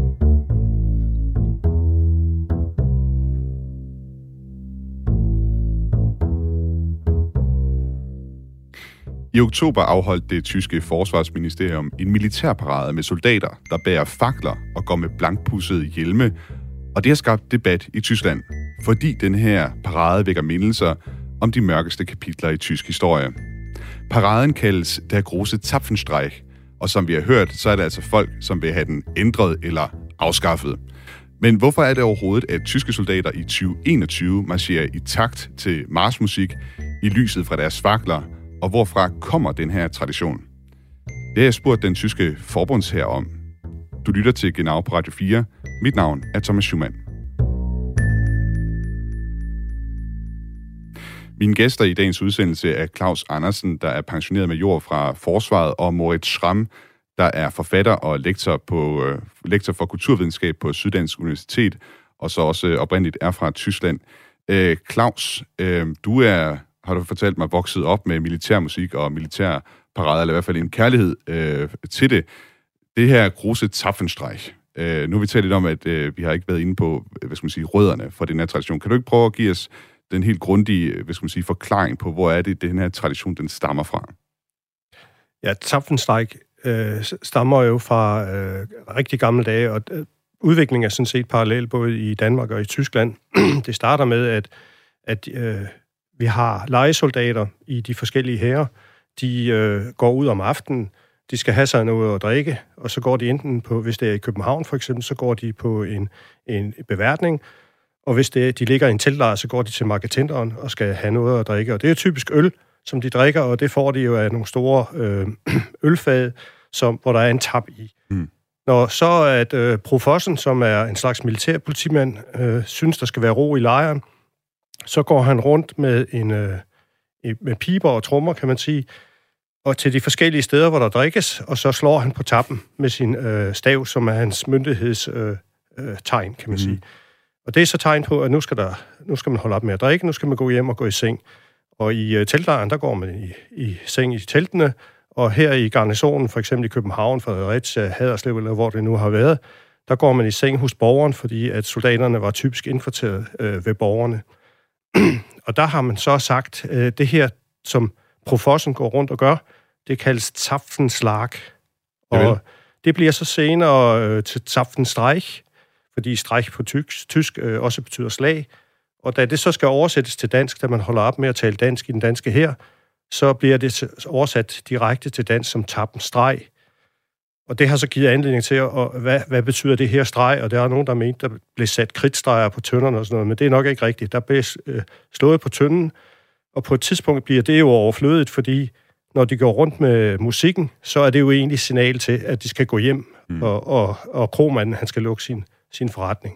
A: I oktober afholdt det tyske forsvarsministerium en militærparade med soldater, der bærer fakler og går med blankpudsede hjelme, og det har skabt debat i Tyskland, fordi den her parade vækker mindelser om de mørkeste kapitler i tysk historie. Paraden kaldes Der große Zapfenstreich, og som vi har hørt, så er det altså folk, som vil have den ændret eller afskaffet. Men hvorfor er det overhovedet, at tyske soldater i tyve enogtyve marcherer i takt til marchmusik i lyset fra deres fakler, og hvorfra kommer den her tradition? Det har jeg spurgt den tyske forbundshær om. Du lytter til Genau på Radio fire. Mit navn er Thomas Schumann. Mine gæster i dagens udsendelse er Claus Andersen, der er pensioneret major fra Forsvaret, og Moritz Schramm, der er forfatter og lektor, på, øh, lektor for kulturvidenskab på Syddansk Universitet, og så også oprindeligt er fra Tyskland. Øh, Claus, øh, du er, har du fortalt mig, vokset op med militærmusik og militærparader, eller i hvert fald en kærlighed øh, til det. Det her große Zapfenstreich. Øh, nu har vi talt lidt om, at øh, vi har ikke været inde på, hvad skal man sige, rødderne for den her tradition. Kan du ikke prøve at give os den helt grundige, hvad skal man sige, forklaring på, hvor er det, den her tradition, den stammer fra?
C: Ja, Zapfenstreich øh, stammer jo fra øh, rigtig gamle dage, og øh, udviklingen er sådan set parallel både i Danmark og i Tyskland. Det starter med, at, at øh, vi har lejesoldater i de forskellige hære. De øh, går ud om aftenen, de skal have sig noget at drikke, og så går de enten på, hvis det er i København for eksempel, så går de på en, en beværtning, og hvis det, de ligger i en teltlejr, så går de til marketenteren og skal have noget at drikke. Og det er typisk øl, som de drikker, og det får de jo af nogle store øh, ølfad, som, hvor der er en tap i. Mm. Når så at øh, Profossen, som er en slags militærpolitimand, øh, synes, der skal være ro i lejren, så går han rundt med, en, øh, med piber og trommer, kan man sige, og til de forskellige steder, hvor der drikkes, og så slår han på tappen med sin øh, stav, som er hans myndighedstegn, øh, øh, tegn, kan man mm. sige. Og det er så tegn på, at nu skal, der, nu skal man holde op med at drikke, nu skal man gå hjem og gå i seng. Og i øh, teltlejren, der går man i, i seng i teltene, og her i garnisonen, for eksempel i København, Fredericia, Haderslev, eller hvor det nu har været, der går man i seng hos borgeren, fordi at soldaterne var typisk indkvarteret øh, ved borgerne. Og der har man så sagt, øh, det her, som Profossen går rundt og gør, det kaldes Zapfenschlag. Og det bliver så senere øh, til Zapfenstreich, fordi streich på tysk, tysk øh, også betyder slag. Og da det så skal oversættes til dansk, da man holder op med at tale dansk i den danske hær, så bliver det oversat direkte til dansk som Zapfenstreg. Og det har så givet anledning til, at, og hvad, hvad betyder det her streg? Og der er nogen, der mente, der blev sat kridtstreger på tønderne og sådan noget, men det er nok ikke rigtigt. Der blev øh, slået på tønden, og på et tidspunkt bliver det jo overflødigt, fordi når de går rundt med musikken, så er det jo egentlig signal til, at de skal gå hjem, mm. og, og, og kromanden, han skal lukke sin, sin forretning.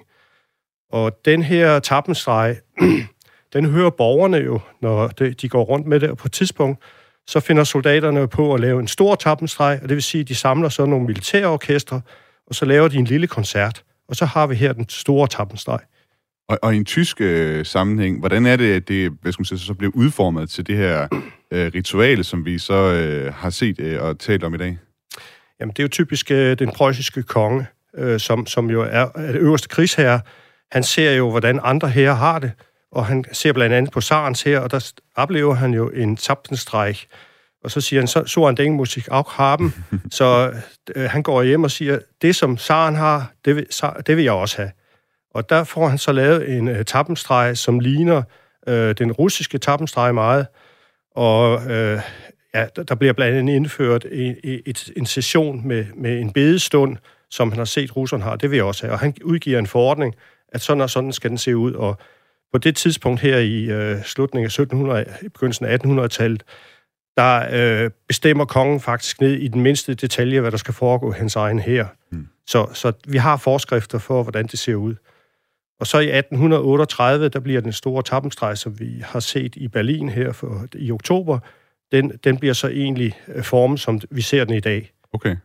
C: Og den her tappenstreg, den hører borgerne jo, når de går rundt med det, og på et tidspunkt, så finder soldaterne på at lave en stor tappenstreg, og det vil sige, at de samler så nogle militærorkestre, og så laver de en lille koncert, og så har vi her den store tappenstreg.
A: Og, og i en tysk øh, sammenhæng, hvordan er det, at det hvad skal man sige, så bliver udformet til det her øh, ritual, som vi så øh, har set øh, og talt om i dag?
C: Jamen, det er jo typisk øh, den preussiske konge, øh, som, som jo er, er det øverste krigsherre. Han ser jo, hvordan andre hære har det, og han ser blandt andet på Sarens hær, og der oplever han jo en Zapfenstreich. Og så siger han, så, så han den musik auch haben. Så øh, han går hjem og siger, det som Saren har, det vil, det vil jeg også have. Og der får han så lavet en uh, tappenstreg, som ligner uh, den russiske tappenstreg meget. Og uh, ja, der bliver blandt andet indført en, et, en session med, med en bedestund, som han har set, russerne har. Det vil jeg også have. Og han udgiver en forordning, at sådan og sådan skal den se ud. Og på det tidspunkt her i uh, slutningen af syttenhundrede, i begyndelsen af attenhundredetallet, der uh, bestemmer kongen faktisk ned i den mindste detalje, hvad der skal foregå i hans egen hær. Mm. Så, så vi har forskrifter for, hvordan det ser ud. Og så i atten otteogtredive, der bliver den store tappenstreg, som vi har set i Berlin her for, i oktober, den, den bliver så egentlig formet, som vi ser den i dag.
A: Okay.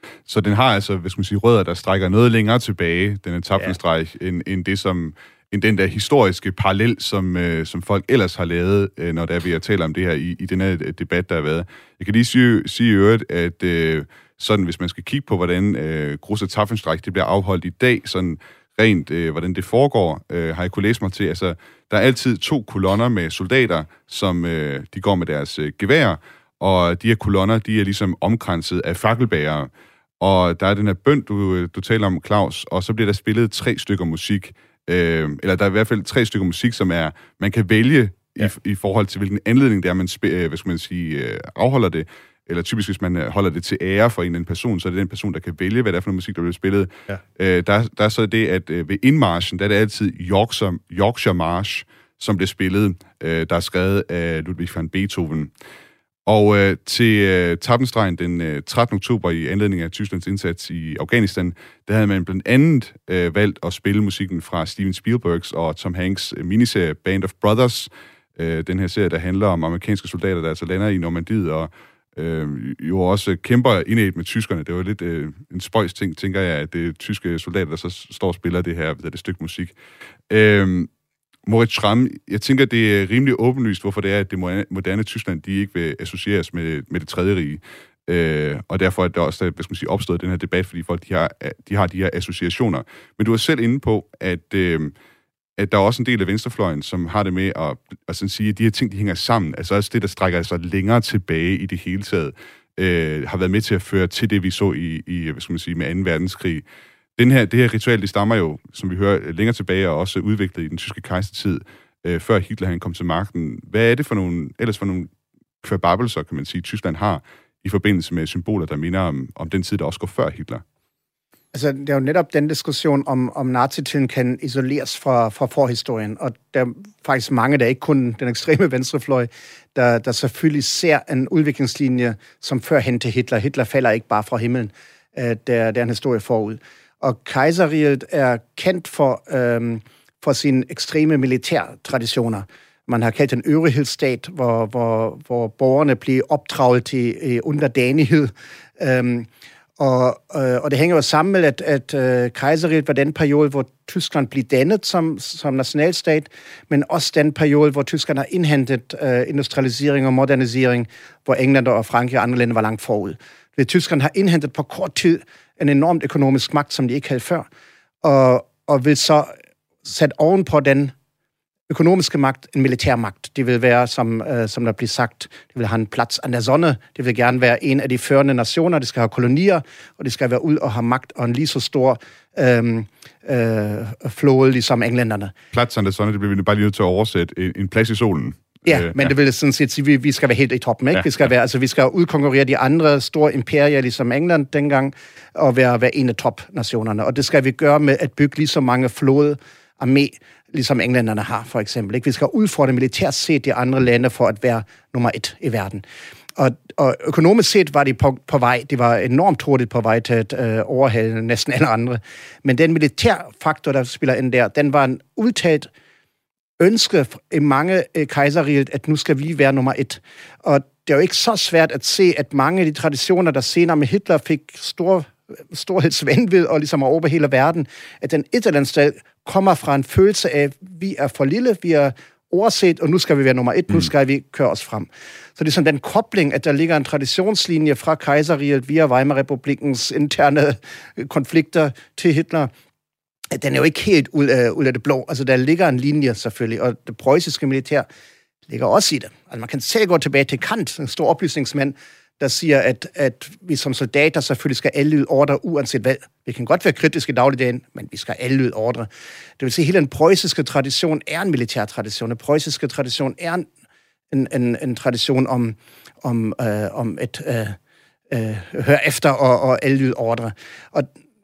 A: Så den har altså, hvad skal man sige, rødder, der strækker noget længere tilbage, den her Zapfenstreich, ja. end, end det som... end den der historiske parallel, som, øh, som folk ellers har lavet, øh, når der er ved at tale om det her i, i den her debat, der har været. Jeg kan lige sige, sige i øvrigt, at øh, sådan, hvis man skal kigge på, hvordan øh, Große Zapfenstreich det bliver afholdt i dag, sådan rent, øh, hvordan det foregår, øh, har jeg kunne læse mig til. Altså, der er altid to kolonner med soldater, som øh, de går med deres øh, gevær, og de her kolonner, de er ligesom omkranset af fakkelbærere. Og der er den her bøn, du, du taler om, Claus, og så bliver der spillet tre stykker musik. Øh, eller der er i hvert fald tre stykker musik, som er, man kan vælge ja. i, i forhold til, hvilken anledning det er, man sp- øh, hvad skal man sige, øh, afholder det. Eller typisk, hvis man holder det til ære for en eller anden person, så er det den person, der kan vælge, hvad det er for noget musik, der bliver spillet. Ja. Øh, der, der er så det, at øh, ved indmarchen, der er det altid Yorkshire, Yorkshire March, som bliver spillet, øh, der er skrevet af Ludwig van Beethoven. Og øh, til øh, Zapfenstreich den øh, trettende oktober i anledning af Tysklands indsats i Afghanistan, der havde man blandt andet øh, valgt at spille musikken fra Steven Spielbergs og Tom Hanks' miniserie Band of Brothers. Øh, den her serie, der handler om amerikanske soldater, der altså lander i Normandiet og øh, jo også kæmper indædt med tyskerne. Det var lidt øh, en spøjs ting, tænker jeg, at det er tyske soldater, der så står og spiller det her det stykke musik. Øh, Moritz Schramm, jeg tænker, det er rimelig åbenlyst, hvorfor det er, at det moderne Tyskland, de ikke vil associeres med, med det tredje rige. Øh, og derfor er der også, hvad skal man sige, opstået den her debat, fordi folk de har, de har de her associationer. Men du er selv inde på, at, øh, at der er også en del af venstrefløjen, som har det med at, at sådan sige, at de her ting, de hænger sammen. Altså også det, der strækker sig længere tilbage i det hele taget, øh, har været med til at føre til det, vi så i, i hvad skal man sige, med anden verdenskrig. Den her, det her ritual, det stammer jo, som vi hører, længere tilbage, og også udviklet i den tyske kejsertid, øh, før Hitler han kom til magten. Hvad er det for nogle, ellers for nogle kværbabelser, kan man sige, Tyskland har i forbindelse med symboler, der minder om, om den tid, der også går før Hitler?
D: Altså, det er jo netop den diskussion, om, om nazitiden kan isoleres fra, fra forhistorien, og der er faktisk mange, der ikke kun den ekstreme venstrefløj, der, der selvfølgelig ser en udviklingslinje, som førhen til Hitler. Hitler falder ikke bare fra himlen. Der, der er en historie forud. Og kejserriget er kendt for, øhm, for sine ekstreme militærtraditioner. Man har kaldt en øvrighedsstat, hvor, hvor, hvor borgerne bliver opdraget til øh, underdanighed. Øhm, og, øh, og det hænger jo sammen med, at, at øh, kejserriget var den periode, hvor Tyskland blev dannet som, som nationalstat, men også den periode, hvor Tyskland har indhentet øh, industrialisering og modernisering, hvor England og Frankrig og andre lande var langt forud. Tyskland har indhentet på kort tid en enormt økonomisk magt, som de ikke havde før, og, og vil så sætte oven på den økonomiske magt en militærmagt. Det vil være, som, øh, som der bliver sagt, det vil have en plads an der sonne, det vil gerne være en af de førende nationer, det skal have kolonier, og det skal være ud og have magt og en lige så stor øhm, øh, flåde, ligesom englænderne.
A: Plads an der sonne, det bliver vi bare lige nødt til at oversætte. En, en plads i solen.
D: Ja, men ja. Det vil sådan set sige, at vi, vi skal være helt i toppen, ikke? Ja, vi skal ja. være, altså vi skal udkonkurrere de andre store imperier, ligesom England dengang, og være, være en af topnationerne. Og det skal vi gøre med at bygge lige så mange flåde armé, ligesom englænderne har, for eksempel. Ikke? Vi skal udfordre militært set de andre lande for at være nummer et i verden. Og, og økonomisk set var de på, på vej. De var enormt hurtigt på vej til at øh, overhale næsten alle andre. Men den militærfaktor, der spiller ind der, den var en udtalt ønske i mange øh, kejserriget, at nu skal vi være nummer et. Og det er jo ikke så svært at se, at mange af de traditioner, der senere med Hitler fik stor, storhedsvanvid og ligesom over hele verden, at den et eller andet sted kommer fra en følelse af, at vi er for lille, vi er overset, og nu skal vi være nummer et, nu skal vi køre os frem. Så det er sådan den kobling, at der ligger en traditionslinje fra kejserriget via Weimar-republikens interne konflikter til Hitler. Den er jo ikke helt ud af, ud af det blå. Altså, der ligger en linje selvfølgelig, og det preussiske militær ligger også i det. Altså, man kan selv gå tilbage til Kant, en stor oplysningsmand, der siger, at, at vi som soldater selvfølgelig skal adlyde ordre uanset hvad. Vi kan godt være kritiske i dagligdagen, men vi skal adlyde ordre. Det vil sige, at hele den preussiske tradition er en militær tradition. Den preussiske tradition er en, en, en, en tradition om, om, øh, om et øh, øh, høre efter og, og adlyde ordre. Og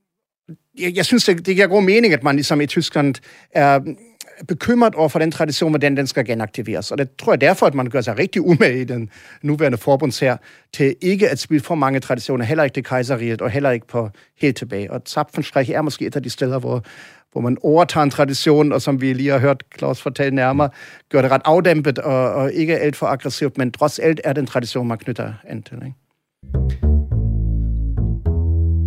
D: jeg, jeg synes, det, det giver god mening, at man ligesom i Tyskland er bekymret over for den tradition, hvordan den skal genaktiveres. Og det tror jeg derfor, at man gør sig rigtig umage i den nuværende forbundshær til ikke at spille for mange traditioner, heller ikke det kejserriget, og heller ikke på helt tilbage. Og Zapfenstreich er måske et af de steder, hvor, hvor man overtager en tradition, og som vi lige har hørt Claus fortælle nærmere, gør det ret afdæmpet og, og ikke alt for aggressivt, men trods alt er den tradition, man knytter an til, ikke?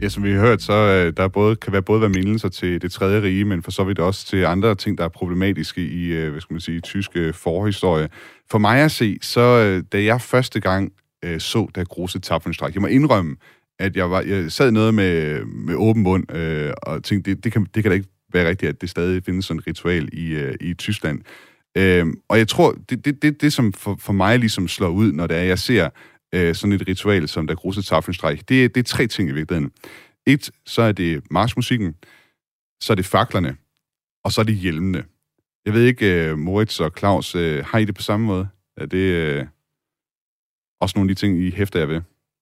A: Ja, som vi har hørt, så der både, kan være både være mindelser til det tredje rige, men for så vidt også til andre ting, der er problematiske i, hvad skal man sige, tyske forhistorie. For mig at se, så da jeg første gang øh, så der Große Zapfenstreich, jeg må indrømme, at jeg, var, jeg sad noget med, med åben mund øh, og tænkte, det, det, kan, det kan da ikke være rigtigt, at det stadig findes sådan et ritual i, øh, i Tyskland. Øh, og jeg tror, det, det, det, det som for, for mig ligesom slår ud, når det er, jeg ser øh, sådan et ritual som der Große Zapfenstreich, det, det er tre ting i virkeligheden. Et, så er det marchmusikken, så er det faklerne, og så er det hjelmene. Jeg ved ikke, uh, Moritz og Claus, uh, har I det på samme måde? Er det uh, også nogle af de ting, I hæfter jer ved?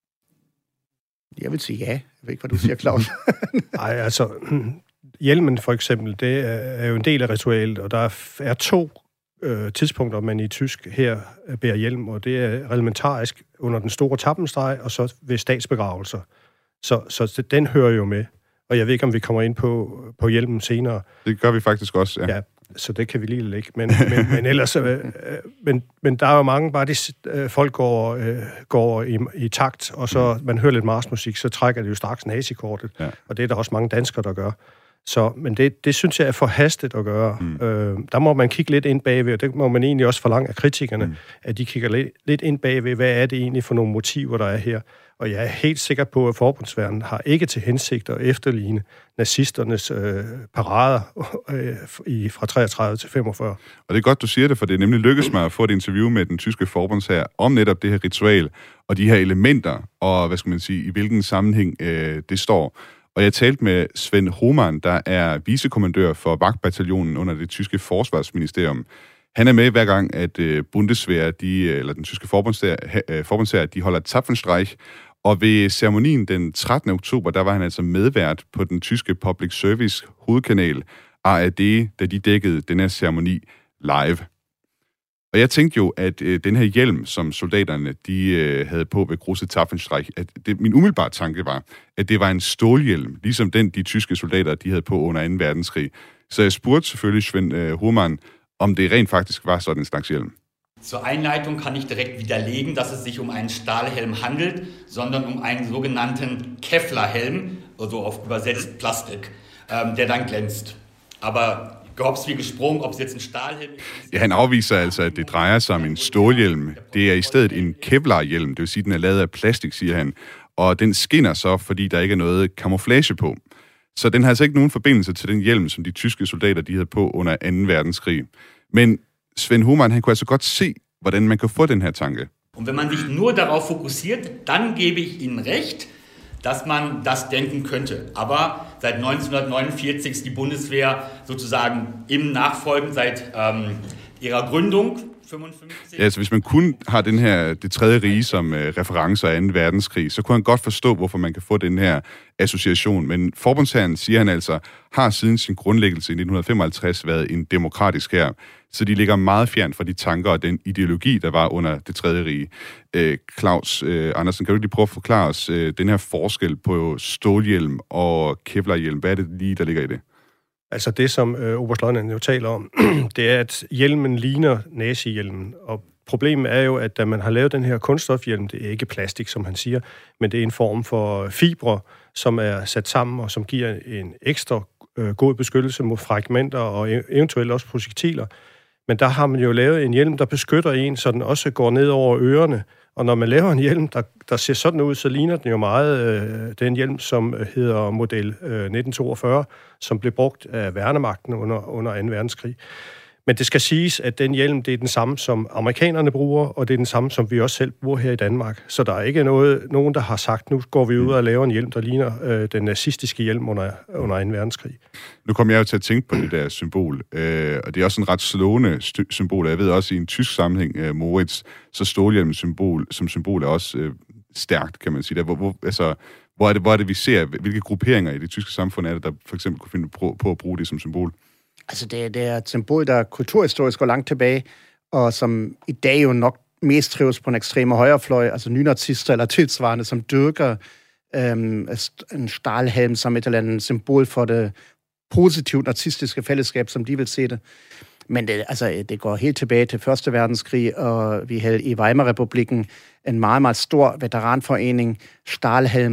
D: Jeg vil sige ja. Jeg ved ikke, hvad du siger, Claus.
C: Nej, altså, hjelmen for eksempel, det er jo en del af ritualet, og der er to øh, tidspunkter, man i tysk her bærer hjelm, og det er elementarisk under den store tappenstreg, og så ved statsbegravelser. Så, så den hører jo med. Og jeg ved ikke, om vi kommer ind på, på hjelmen senere.
A: Det gør vi faktisk også, ja.
C: Ja, så det kan vi lige lægge. Men, men, men ellers... Øh, men, men der er jo mange, bare de øh, folk går, øh, går i, i takt, og så man hører lidt marchmusik, så trækker det jo straks nazikortet. Ja. Og det er der også mange danskere, der gør. Så, men det, det synes jeg er for hastigt at gøre. Mm. Øh, der må man kigge lidt ind bagved, og det må man egentlig også forlange af kritikerne, mm. at de kigger lidt, lidt ind bagved, hvad er det egentlig for nogle motiver, der er her. Og jeg er helt sikker på, at forbundsværnet har ikke til hensigt at efterligne nazisternes øh, parader øh, i, fra treogtredive til femogfyrre.
A: Og det er godt, du siger det, for det er nemlig lykkedes mig at få et interview med den tyske forbundshær om netop det her ritual, og de her elementer, og hvad skal man sige, i hvilken sammenhæng øh, det står. Og jeg talte med Sven Hohmann, der er vicekommandør for vagtbataljonen under det tyske forsvarsministerium. Han er med hver gang, at øh, Bundeswehr, de, eller den tyske forbundshær, øh, forbundshær, de holder Zapfenstreich. Og ved ceremonien den trettende oktober, der var han altså medvært på den tyske public service hovedkanal A R D, da de dækkede den her ceremoni live. Og jeg tænkte jo, at øh, den her hjelm, som soldaterne de øh, havde på ved Große Zapfenstreich, at det, min umiddelbare tanke var, at det var en stålhjelm, ligesom den de tyske soldater de havde på under anden verdenskrig. Så jeg spurgte selvfølgelig Sven øh, Hohmann, om det rent faktisk var sådan en slags hjelm.
F: Zur Einleitung kann ich direkt widerlegen, dass es sich um einen Stahlhelm handelt, sondern um einen sogenannten Kevlarhelm, also auf übersetzt Plastik, ähm, der dann glänzt. Aber gehops wie gesprungen, ob es jetzt en Stahlhelm ist.
A: Ja, han afviser altså, at det drejer sig om en stålhjelm. Det er i stedet en Kevlarhjelm, det vil sige, at den er lavet af plastik, siger han. Og den skinner så, fordi der ikke er noget camouflage på. Så den har altså ikke nogen forbindelse til den hjelm, som de tyske soldater de havde på under anden verdenskrig. Men Sven Hohmann, han kunne altså godt se, hvordan man kan få den her tanke.
F: Und wenn man sich nur darauf fokussiert, dann gebe ich Ihnen recht, dass man das denken könnte. Aber seit neunzehnhundertneunundvierzig ist die Bundeswehr sozusagen im Nachfolgen seit ähm, ihrer Gründung.
A: Ja, altså hvis man kun har den her, det tredje rige som øh, reference af anden verdenskrig, så kunne han godt forstå, hvorfor man kan få den her association. Men forbundshæren, siger han altså, har siden sin grundlæggelse i nitten femoghalvtreds været en demokratisk hær. Så de ligger meget fjern fra de tanker og den ideologi, der var under det tredje rige. Øh, Claus øh, Andersen, kan du lige prøve at forklare os øh, den her forskel på stålhjelm og kevlarhjelm? Hvad er det lige, der ligger i det?
C: Altså det, som øh, oberstløjtnanten jo taler om, det er, at hjelmen ligner nazihjelmen. Og problemet er jo, at da man har lavet den her kunststofhjelm, det er ikke plastik, som han siger, men det er en form for fibre, som er sat sammen og som giver en ekstra øh, god beskyttelse mod fragmenter og eventuelt også projektiler. Men der har man jo lavet en hjelm, der beskytter en, så den også går ned over ørerne. Og når man laver en hjelm, der, der ser sådan ud, så ligner den jo meget øh, den hjelm, som hedder model øh, nitten toogfyrre, som blev brugt af værnemagten under, under anden verdenskrig. Men det skal siges, at den hjelm, det er den samme, som amerikanerne bruger, og det er den samme, som vi også selv bruger her i Danmark. Så der er ikke noget, nogen, der har sagt, nu går vi ud og laver en hjelm, der ligner øh, den nazistiske hjelm under, under anden verdenskrig.
A: Nu kommer jeg jo til at tænke på det der symbol, øh, og det er også en ret slående st- symbol. Jeg ved også, i en tysk sammenhæng, øh, Moritz, så stålhjelmens symbol, som symbol er også øh, stærkt, kan man sige. Der, hvor, hvor, altså, hvor, er det, hvor er det, vi ser, hvilke grupperinger i det tyske samfund er det, der for eksempel kunne finde på, på at bruge det som symbol?
D: Altså, det, det er et symbol, der kulturhistorisk går langt tilbage, og som i dag jo nok mest trives på en ekstreme højrefløj, altså nynazister eller tilsvarende, som dyrker øhm, en stahlhelm som et eller andet symbol for det positivt nazistiske fællesskab, som de vil se det. Men det, altså, det går helt tilbage til første verdenskrig, og vi havde i Weimar-republikken en meget, meget stor veteranforening, Stahlhelm,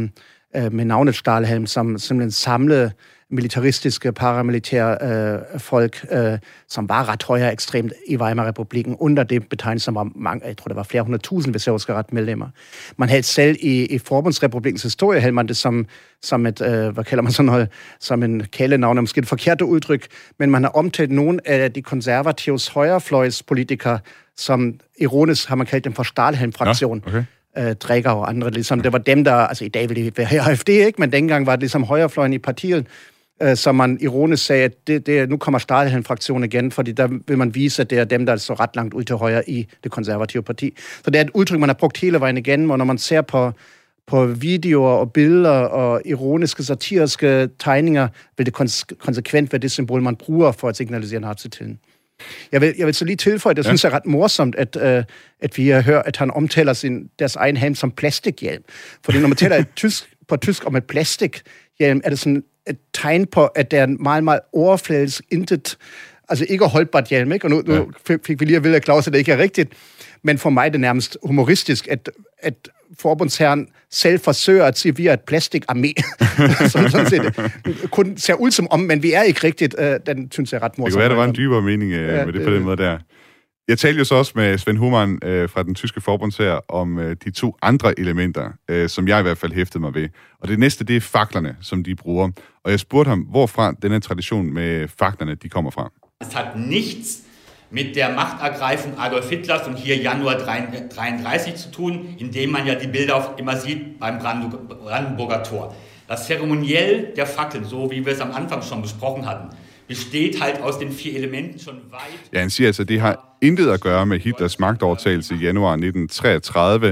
D: øh, med navnet Stahlhelm, som simpelthen samlede militaristiske, paramilitære øh, folk, øh, som var ret højere ekstremt i Weimar-republikken, under det betegnelse, som var mange, jeg tror, der var flere hundrede tusind, hvis jeg husker ret, medlemmer. Man havde selv i, i Forbundsrepublikkens historie, havde man det som, som et, øh, hvad kalder man sådan noget, som en kælenavn, måske et forkert udtryk, men man har omtalt nogle af de konservatives højrefløjspolitikere, som ironisk har man kaldt dem for Stahlhelm-fraktion. Ja, okay. Drikker og andre, ligesom. Det var dem, der, altså i dag vil det være A F D, ikke? Men dengang var det ligesom højrefløjen i partiet, øh, som man ironisk sagde, at det, det, nu kommer Stahlhelm-fraktionen igen, fordi der vil man vise, at det er dem, der er så ret langt ud til højre i det konservative parti. Så det er et udtryk, man har brugt hele vejen igen, og når man ser på, på videoer og billeder og ironiske, satiriske tegninger, vil det kons- konsekvent være det symbol, man bruger for at signalisere nazitiden. Jeg vil, jeg vil så lige tilføje, at jeg ja. synes, det er ret morsomt, at, øh, at vi hører, at han omtaler sin, deres egen helm som plastikhjelm. Fordi når man taler tysk, på tysk om et plastikhjelm, er det sådan et tegn på, at det er en meget, meget overfladisk, intet, altså ikke holdbart hjelm, ikke? Og nu, ja. nu fik vi lige at vide, at Claus, at det ikke er rigtigt. Men for mig er det nærmest humoristisk, at, at forbundsherren selv forsøger at sige, at vi er et plastikarmé. Som sådan set kun ser ud som om, men vi er ikke rigtigt. Øh, den synes jeg er ret morsom.
A: Det kan være, der var en dybere mening øh, ja, med det på den måde der. Jeg talte jo så også med Svend Hohmann øh, fra den tyske forbundsherre om øh, de to andre elementer, øh, som jeg i hvert fald hæftede mig ved. Og det næste, det er faklerne, som de bruger. Og jeg spurgte ham, hvorfra denne tradition med faklerne, de kommer fra.
F: Det hat nichts mit der Machtergreifung Adolf Hitlers und hier Januar dreiunddreißig zu tun, indem man ja die Bilder auch immer sieht beim Brandenburger Tor. Das Zeremoniell der Fackeln, so wie wir es am Anfang schon besprochen hatten, besteht halt aus den vier Elementen schon weit.
A: Ja, han siger altså, det har intet at gøre med Hitlers magtovertagelse i januar nitten treogtredive.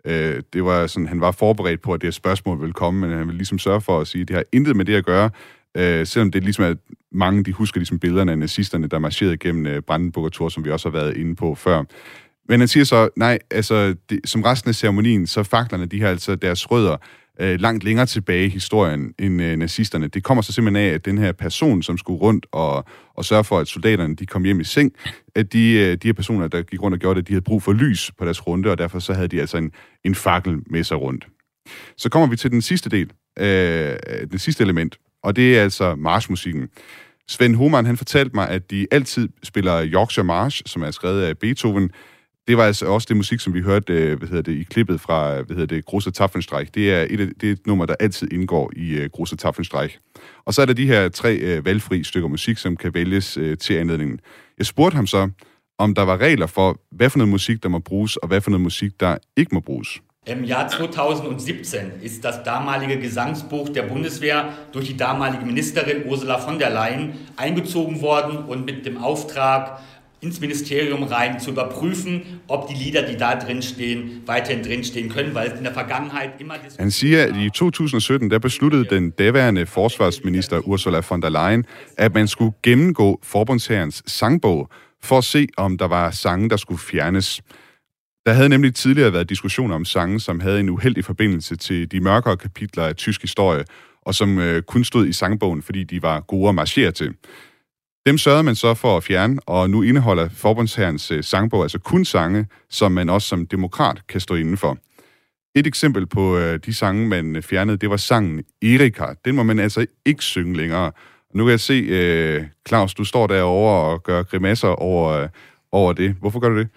A: Det var sådan, han var forberedt på, at det spørgsmål ville komme, men han ville ligesom sørge for at sige, at det har intet med det at gøre. Øh, selvom det ligesom er mange, de husker ligesom billederne af nazisterne, der marcherede gennem øh, Brandenburger Tor, som vi også har været inde på før. Men han siger så, nej, altså, det, som resten af ceremonien, så faklerne, de har altså deres rødder øh, langt længere tilbage i historien end øh, nazisterne. Det kommer så simpelthen af, at den her person, som skulle rundt og, og sørge for, at soldaterne, de kom hjem i seng, at de, øh, de her personer, der gik rundt og gjorde det, de havde brug for lys på deres runde, og derfor så havde de altså en, en fakkel med sig rundt. Så kommer vi til den sidste del, øh, det sidste element, og det er altså marchmusikken. Svend Hohmann, han fortalte mig, at de altid spiller Yorkshire March, som er skrevet af Beethoven. Det var altså også det musik, som vi hørte hvad hedder det, i klippet fra hvad hedder det, Großer Zapfenstreich. Det er, et, det er et nummer, der altid indgår i uh, Großer Zapfenstreich. Og så er der de her tre uh, valgfri stykker musik, som kan vælges uh, til anledningen. Jeg spurgte ham så, om der var regler for, hvad for noget musik, der må bruges, og hvad for noget musik, der ikke må bruges.
F: Im Jahr zweitausendsiebzehn ist das damalige Gesangsbuch der Bundeswehr durch die damalige Ministerin Ursula von der Leyen eingezogen worden und mit dem Auftrag ins Ministerium rein zu überprüfen, ob die Lieder, die da drin stehen, weiterhin drin stehen können, weil es in der Vergangenheit immer...
A: Han siger, at i to tusind og sytten, der besluttede den daværende forsvarsminister Ursula von der Leyen, at man skulle gennemgå forbundshærens sangbog for at se, om der var sange, der skulle fjernes. Der havde nemlig tidligere været diskussioner om sange, som havde en uheldig forbindelse til de mørkere kapitler af tysk historie, og som øh, kun stod i sangbogen, fordi de var gode at marchere til. Dem sørgede man så for at fjerne, og nu indeholder forbundshærens øh, sangbog altså kun sange, som man også som demokrat kan stå indenfor. Et eksempel på øh, de sange, man fjernede, det var sangen Erika. Den må man altså ikke synge længere. Nu kan jeg se, øh, Claus, du står derovre og gør grimasser over, øh, over det. Hvorfor gør du det?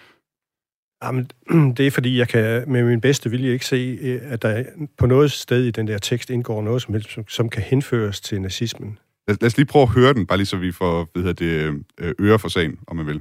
C: Jamen, det er fordi, jeg kan med min bedste vilje ikke se, at der på noget sted i den der tekst indgår noget som helst, som kan henføres til nazismen.
A: Lad, lad os lige prøve at høre den, bare lige så vi får hvad hedder det, øre for sagen, om man vil.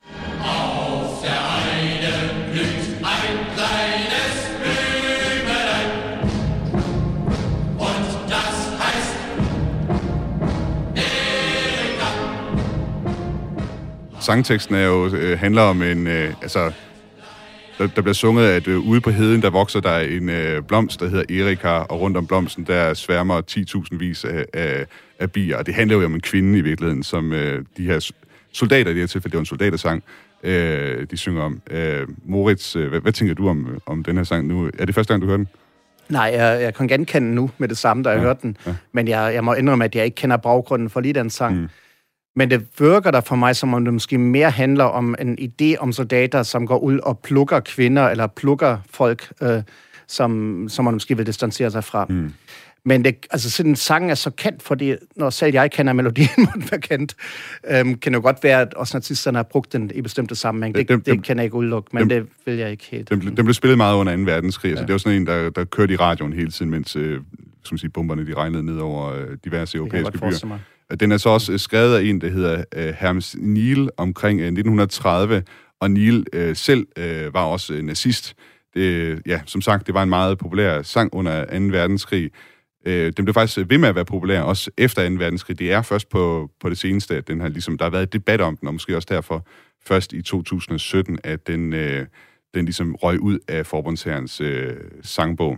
A: Sangteksten er jo, øh, handler om en, øh, altså, der, der bliver sunget, at øh, ude på heden, der vokser der en øh, blomst, der hedder Erika, og rundt om blomsten, der sværmer ti tusind vis af, af, af bier. Og det handler jo om en kvinde i virkeligheden, som øh, de her soldater, i det her tilfælde, det var en soldatersang, øh, de synger om. Øh, Moritz, øh, hvad, hvad tænker du om, om den her sang nu? Er det første gang, du hører den?
D: Nej, jeg, jeg kan genkende nu med det samme, da jeg ja, hørte den. Ja. Men jeg, jeg må indrømme, at jeg ikke kender baggrunden for lige den sang. Mm. Men det virker der for mig, som om det måske mere handler om en idé om soldater, som går ud og plukker kvinder, eller plukker folk, øh, som, som man måske vil distancere sig fra.
A: Mm.
D: Men det, altså, sådan en sang er så kendt, fordi når selv jeg kender melodien, må den være kendt, øhm, kan det godt være, at også nazisterne har brugt den i bestemte sammenhæng. Det, dem, det kan jeg ikke udelukke, men dem, det vil jeg ikke helt. Den,
A: den blev spillet meget under anden verdenskrig, ja. Så det var sådan en, der, der kørte i radioen hele tiden, mens øh, som sige, bomberne de regnede ned over øh, diverse europæiske byer. Den er så også skrevet af en, der hedder øh, Hermes Niel omkring øh, nitten tredive, og Niel øh, selv øh, var også øh, nazist. Det, ja, som sagt, det var en meget populær sang under anden verdenskrig. Øh, den blev faktisk ved med at være populær, også efter anden verdenskrig. Det er først på, på det seneste, at den har, ligesom, der har været et debat om den, og måske også derfor først i to tusind sytten, at den, øh, den ligesom røg ud af forbundshærens øh, sangbog.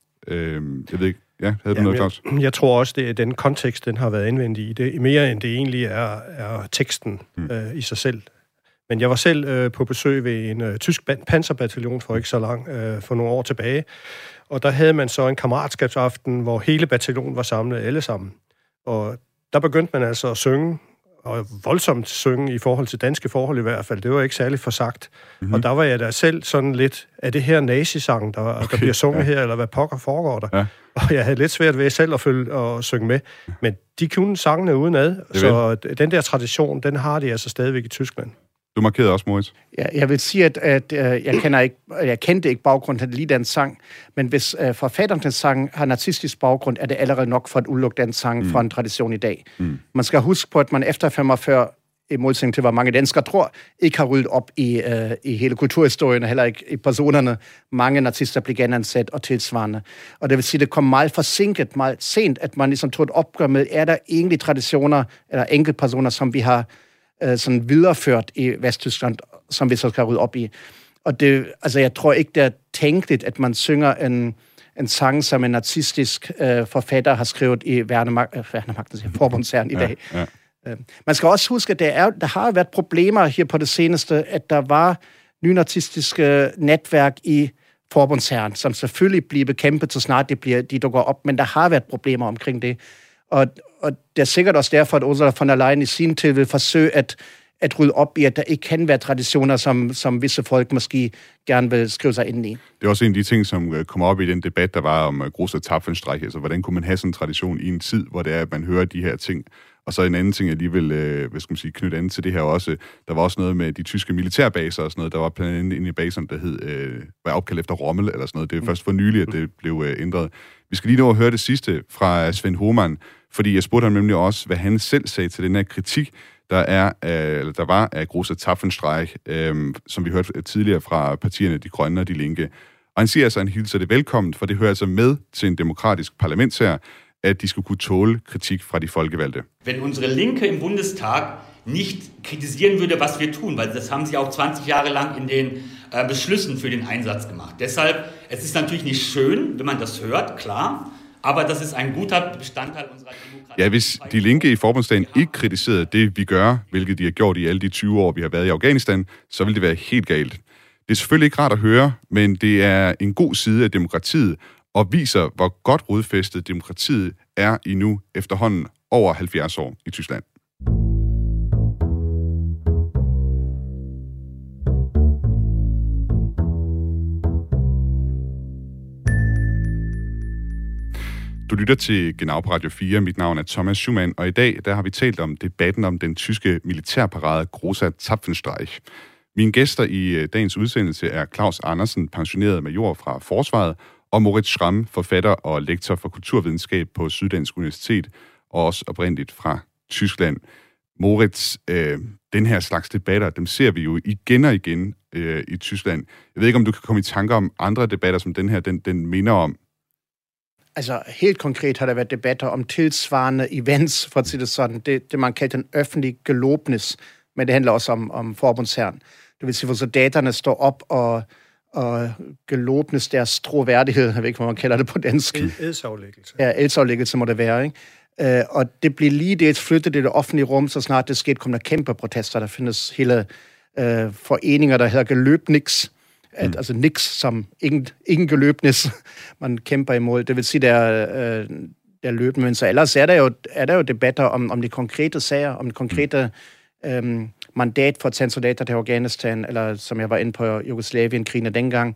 A: Øh, jeg ved ikke, ja, havde du ja, noget, Claus?
C: Jeg, jeg tror også, det er den kontekst, den har været anvendt i. Det mere end det egentlig er, er teksten hmm. øh, i sig selv. Men jeg var selv øh, på besøg ved en øh, tysk panserbataljon for ikke så lang, øh, for nogle år tilbage. Og der havde man så en kammeratskabsaften, hvor hele bataljonen var samlet, alle sammen. Og der begyndte man altså at synge, og voldsomt synge i forhold til danske forhold i hvert fald. Det var ikke særlig forsagt. Mm-hmm. Og der var jeg da selv sådan lidt, er det her nazisang, der, okay, der bliver sunget ja. her, eller hvad pokker foregår der? Ja. Og jeg havde lidt svært ved selv at, følge, at synge med. Men de kunne sangene udenad, så den der tradition, den har de altså stadigvæk i Tyskland.
A: Du markerede også, Moritz.
D: Ja, jeg vil sige, at, at uh, jeg, kender ikke, jeg kendte ikke baggrunden til lige den sang, men hvis uh, forfatteren til sang har nazistisk baggrund, er det allerede nok for at udelukke den sang mm. fra en tradition i dag. Mm. Man skal huske på, at man efter femogfyrre, i modsætning til, hvor mange danskere tror, ikke har ryddet op i, uh, i hele kulturhistorien, og heller ikke i personerne. Mange nazister blev genansat og tilsvarende. Og det vil sige, at det kom meget forsinket, meget sent, at man ligesom tog et opgør med, er der egentlig traditioner eller enkeltpersoner, som vi har sådan videreført i Vesttyskland, som vi så skal rydde op i. Og det, altså jeg tror ikke, det er tænkeligt, at man synger en, en sang, som en nazistisk øh, forfatter har skrevet i Værnemagtens øh, forbundshæren i dag. Ja, ja. Man skal også huske, at der, er, der har været problemer her på det seneste, at der var nynazistiske netværk i forbundshæren, som selvfølgelig bliver bekæmpet, så snart de, bliver, de dukker op, men der har været problemer omkring det. Og, og det er sikkert også derfor, at Ursula von der Leyen i sin tid vil forsøge at, at rydde op i, at der ikke kan være traditioner, som, som visse folk måske gerne vil skrive sig ind i.
A: Det er også en af de ting, som kommer op i den debat, der var om Großer Zapfenstreich. Altså, hvordan kunne man have sådan en tradition i en tid, hvor det er, at man hører de her ting? Og så en anden ting, alligevel, øh, hvad skal man sige, knytte an til det her også. Der var også noget med de tyske militærbaser og sådan noget. Der var blandt andet inde i baserne, der hed, øh, var opkaldt efter Rommel eller sådan noget. Det er først for nylig, at det blev øh, ændret. Vi skal lige nå at høre det sidste fra Svend Hohmann, fordi jeg spurgte ham nemlig også, hvad han selv sagde til den her kritik, der, er, øh, eller der var af Großer Zapfenstreich, øh, som vi hørte tidligere fra partierne De Grønne og De Linke. Og han siger altså, at han hilser det velkommen, for det hører altså med til en demokratisk parlamentshær, at de skulle kunne tåle Kritik fra de Folkevalgte.
F: Wenn unsere Linke im Bundestag nicht kritisieren würde, was wir tun, weil das haben sie auch zwanzig Jahre lang in den äh, Beschlüssen für den Einsatz gemacht. Deshalb, es ist natürlich nicht schön, wenn man das hört, klar, aber das ist ein guter Bestandteil unserer Demokratie.
A: Ja, hvis de Linke i forbundsdagen ikke kritiserede det, vi gør, hvilket de har gjort i alle de tyve år, vi har været i Afghanistan, så ville det være helt galt. Det er selvfølgelig ikke rart at høre, men det er en god side af demokratiet, og viser, hvor godt rodfæstet demokratiet er i nu efterhånden over halvfjerds år i Tyskland. Du lytter til Genau på Radio fire. Mit navn er Thomas Schumann, og i dag der har vi talt om debatten om den tyske militærparade Großer Zapfenstreich. Mine gæster i dagens udsendelse er Claus Andersen, pensioneret major fra Forsvaret, og Moritz Schramm, forfatter og lektor for kulturvidenskab på Syddansk Universitet, og også oprindeligt fra Tyskland. Moritz, øh, den her slags debatter, dem ser vi jo igen og igen øh, i Tyskland. Jeg ved ikke, om du kan komme i tanker om andre debatter, som den her, den, den minder om.
D: Altså, helt konkret har der været debatter om tilsvarende events, for at sige det sådan. Det, det man kalder den offentlige gelobnis, men det handler også om, om forbundshæren. Det vil sige, hvor soldaterne står op og og gelobnes deres troværdighed, jeg ved ikke, hvad man kalder det på dansk.
C: Edsaflæggelse.
D: Ja, edsaflæggelse må det være, ikke? Uh, og det blev lige det flyttet i det offentlige rum, så snart det skete, kom der kæmpe protester. Der findes hele uh, foreninger, der hedder Geløbnix, at, mm. altså nix som ingen, ingen geløbnis, man kæmper imod. Det vil sige, der er, uh, der er løbende, men så ellers er der jo, er der jo debatter om, om de konkrete sager, om de konkrete mm. um, mandat for at tage soldater til Afghanistan, eller som jeg var inde på Jugoslavien, krigen dengang.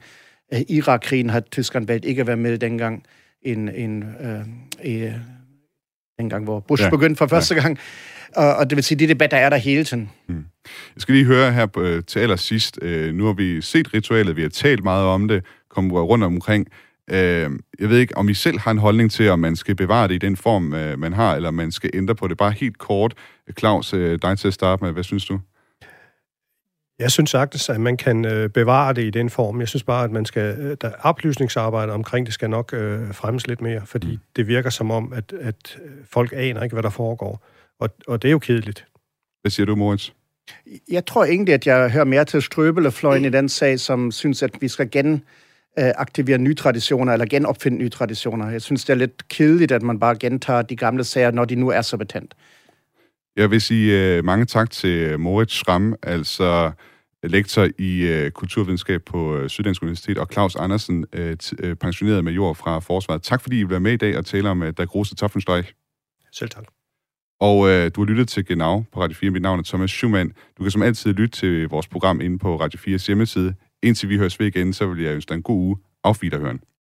D: øh, Irak-krigen har Tyskland valgt ikke at være med dengang, en, en, øh, øh, dengang hvor Bush ja. begyndte for første ja. gang. Og, og det vil sige, de debatter er der hele tiden.
A: Hmm. Jeg skal lige høre her på, til allersidst. Øh, nu har vi set ritualet, vi har talt meget om det, kommet rundt omkring. Øh, jeg ved ikke, om I selv har en holdning til, om man skal bevare det i den form, øh, man har, eller man skal ændre på det. Bare helt kort. Claus, øh, dig til at starte med. Hvad synes du?
C: Jeg synes sagtens, at man kan øh, bevare det i den form. Jeg synes bare, at man skal, øh, der oplysningsarbejde omkring det skal nok øh, fremmes lidt mere, fordi mm. det virker som om, at, at folk aner ikke, hvad der foregår. Og, og det er jo kedeligt.
A: Hvad siger du, Moritz?
D: Jeg tror egentlig, at jeg hører mere til Strøbelefløjen i den sag, som synes, at vi skal genaktivere nye traditioner, eller genopfinde nye traditioner. Jeg synes, det er lidt kedeligt, at man bare gentager de gamle sager, når de nu er så betændt. Jeg
A: vil sige uh, mange tak til Moritz Schramm, altså lektor i uh, kulturvidenskab på uh, Syddansk Universitet, og Claus Andersen, uh, t- uh, pensioneret major fra Forsvaret. Tak fordi I vil være med i dag og tale om uh, Der große Zapfenstreich.
C: Selv tak.
A: Og øh, du har lyttet til Genau på Radio fire. Mit navn er Thomas Schumann. Du kan som altid lytte til vores program inde på Radio fires hjemmeside. Indtil vi høres ved igen, så vil jeg ønske dig en god uge. Auf Wiederhören.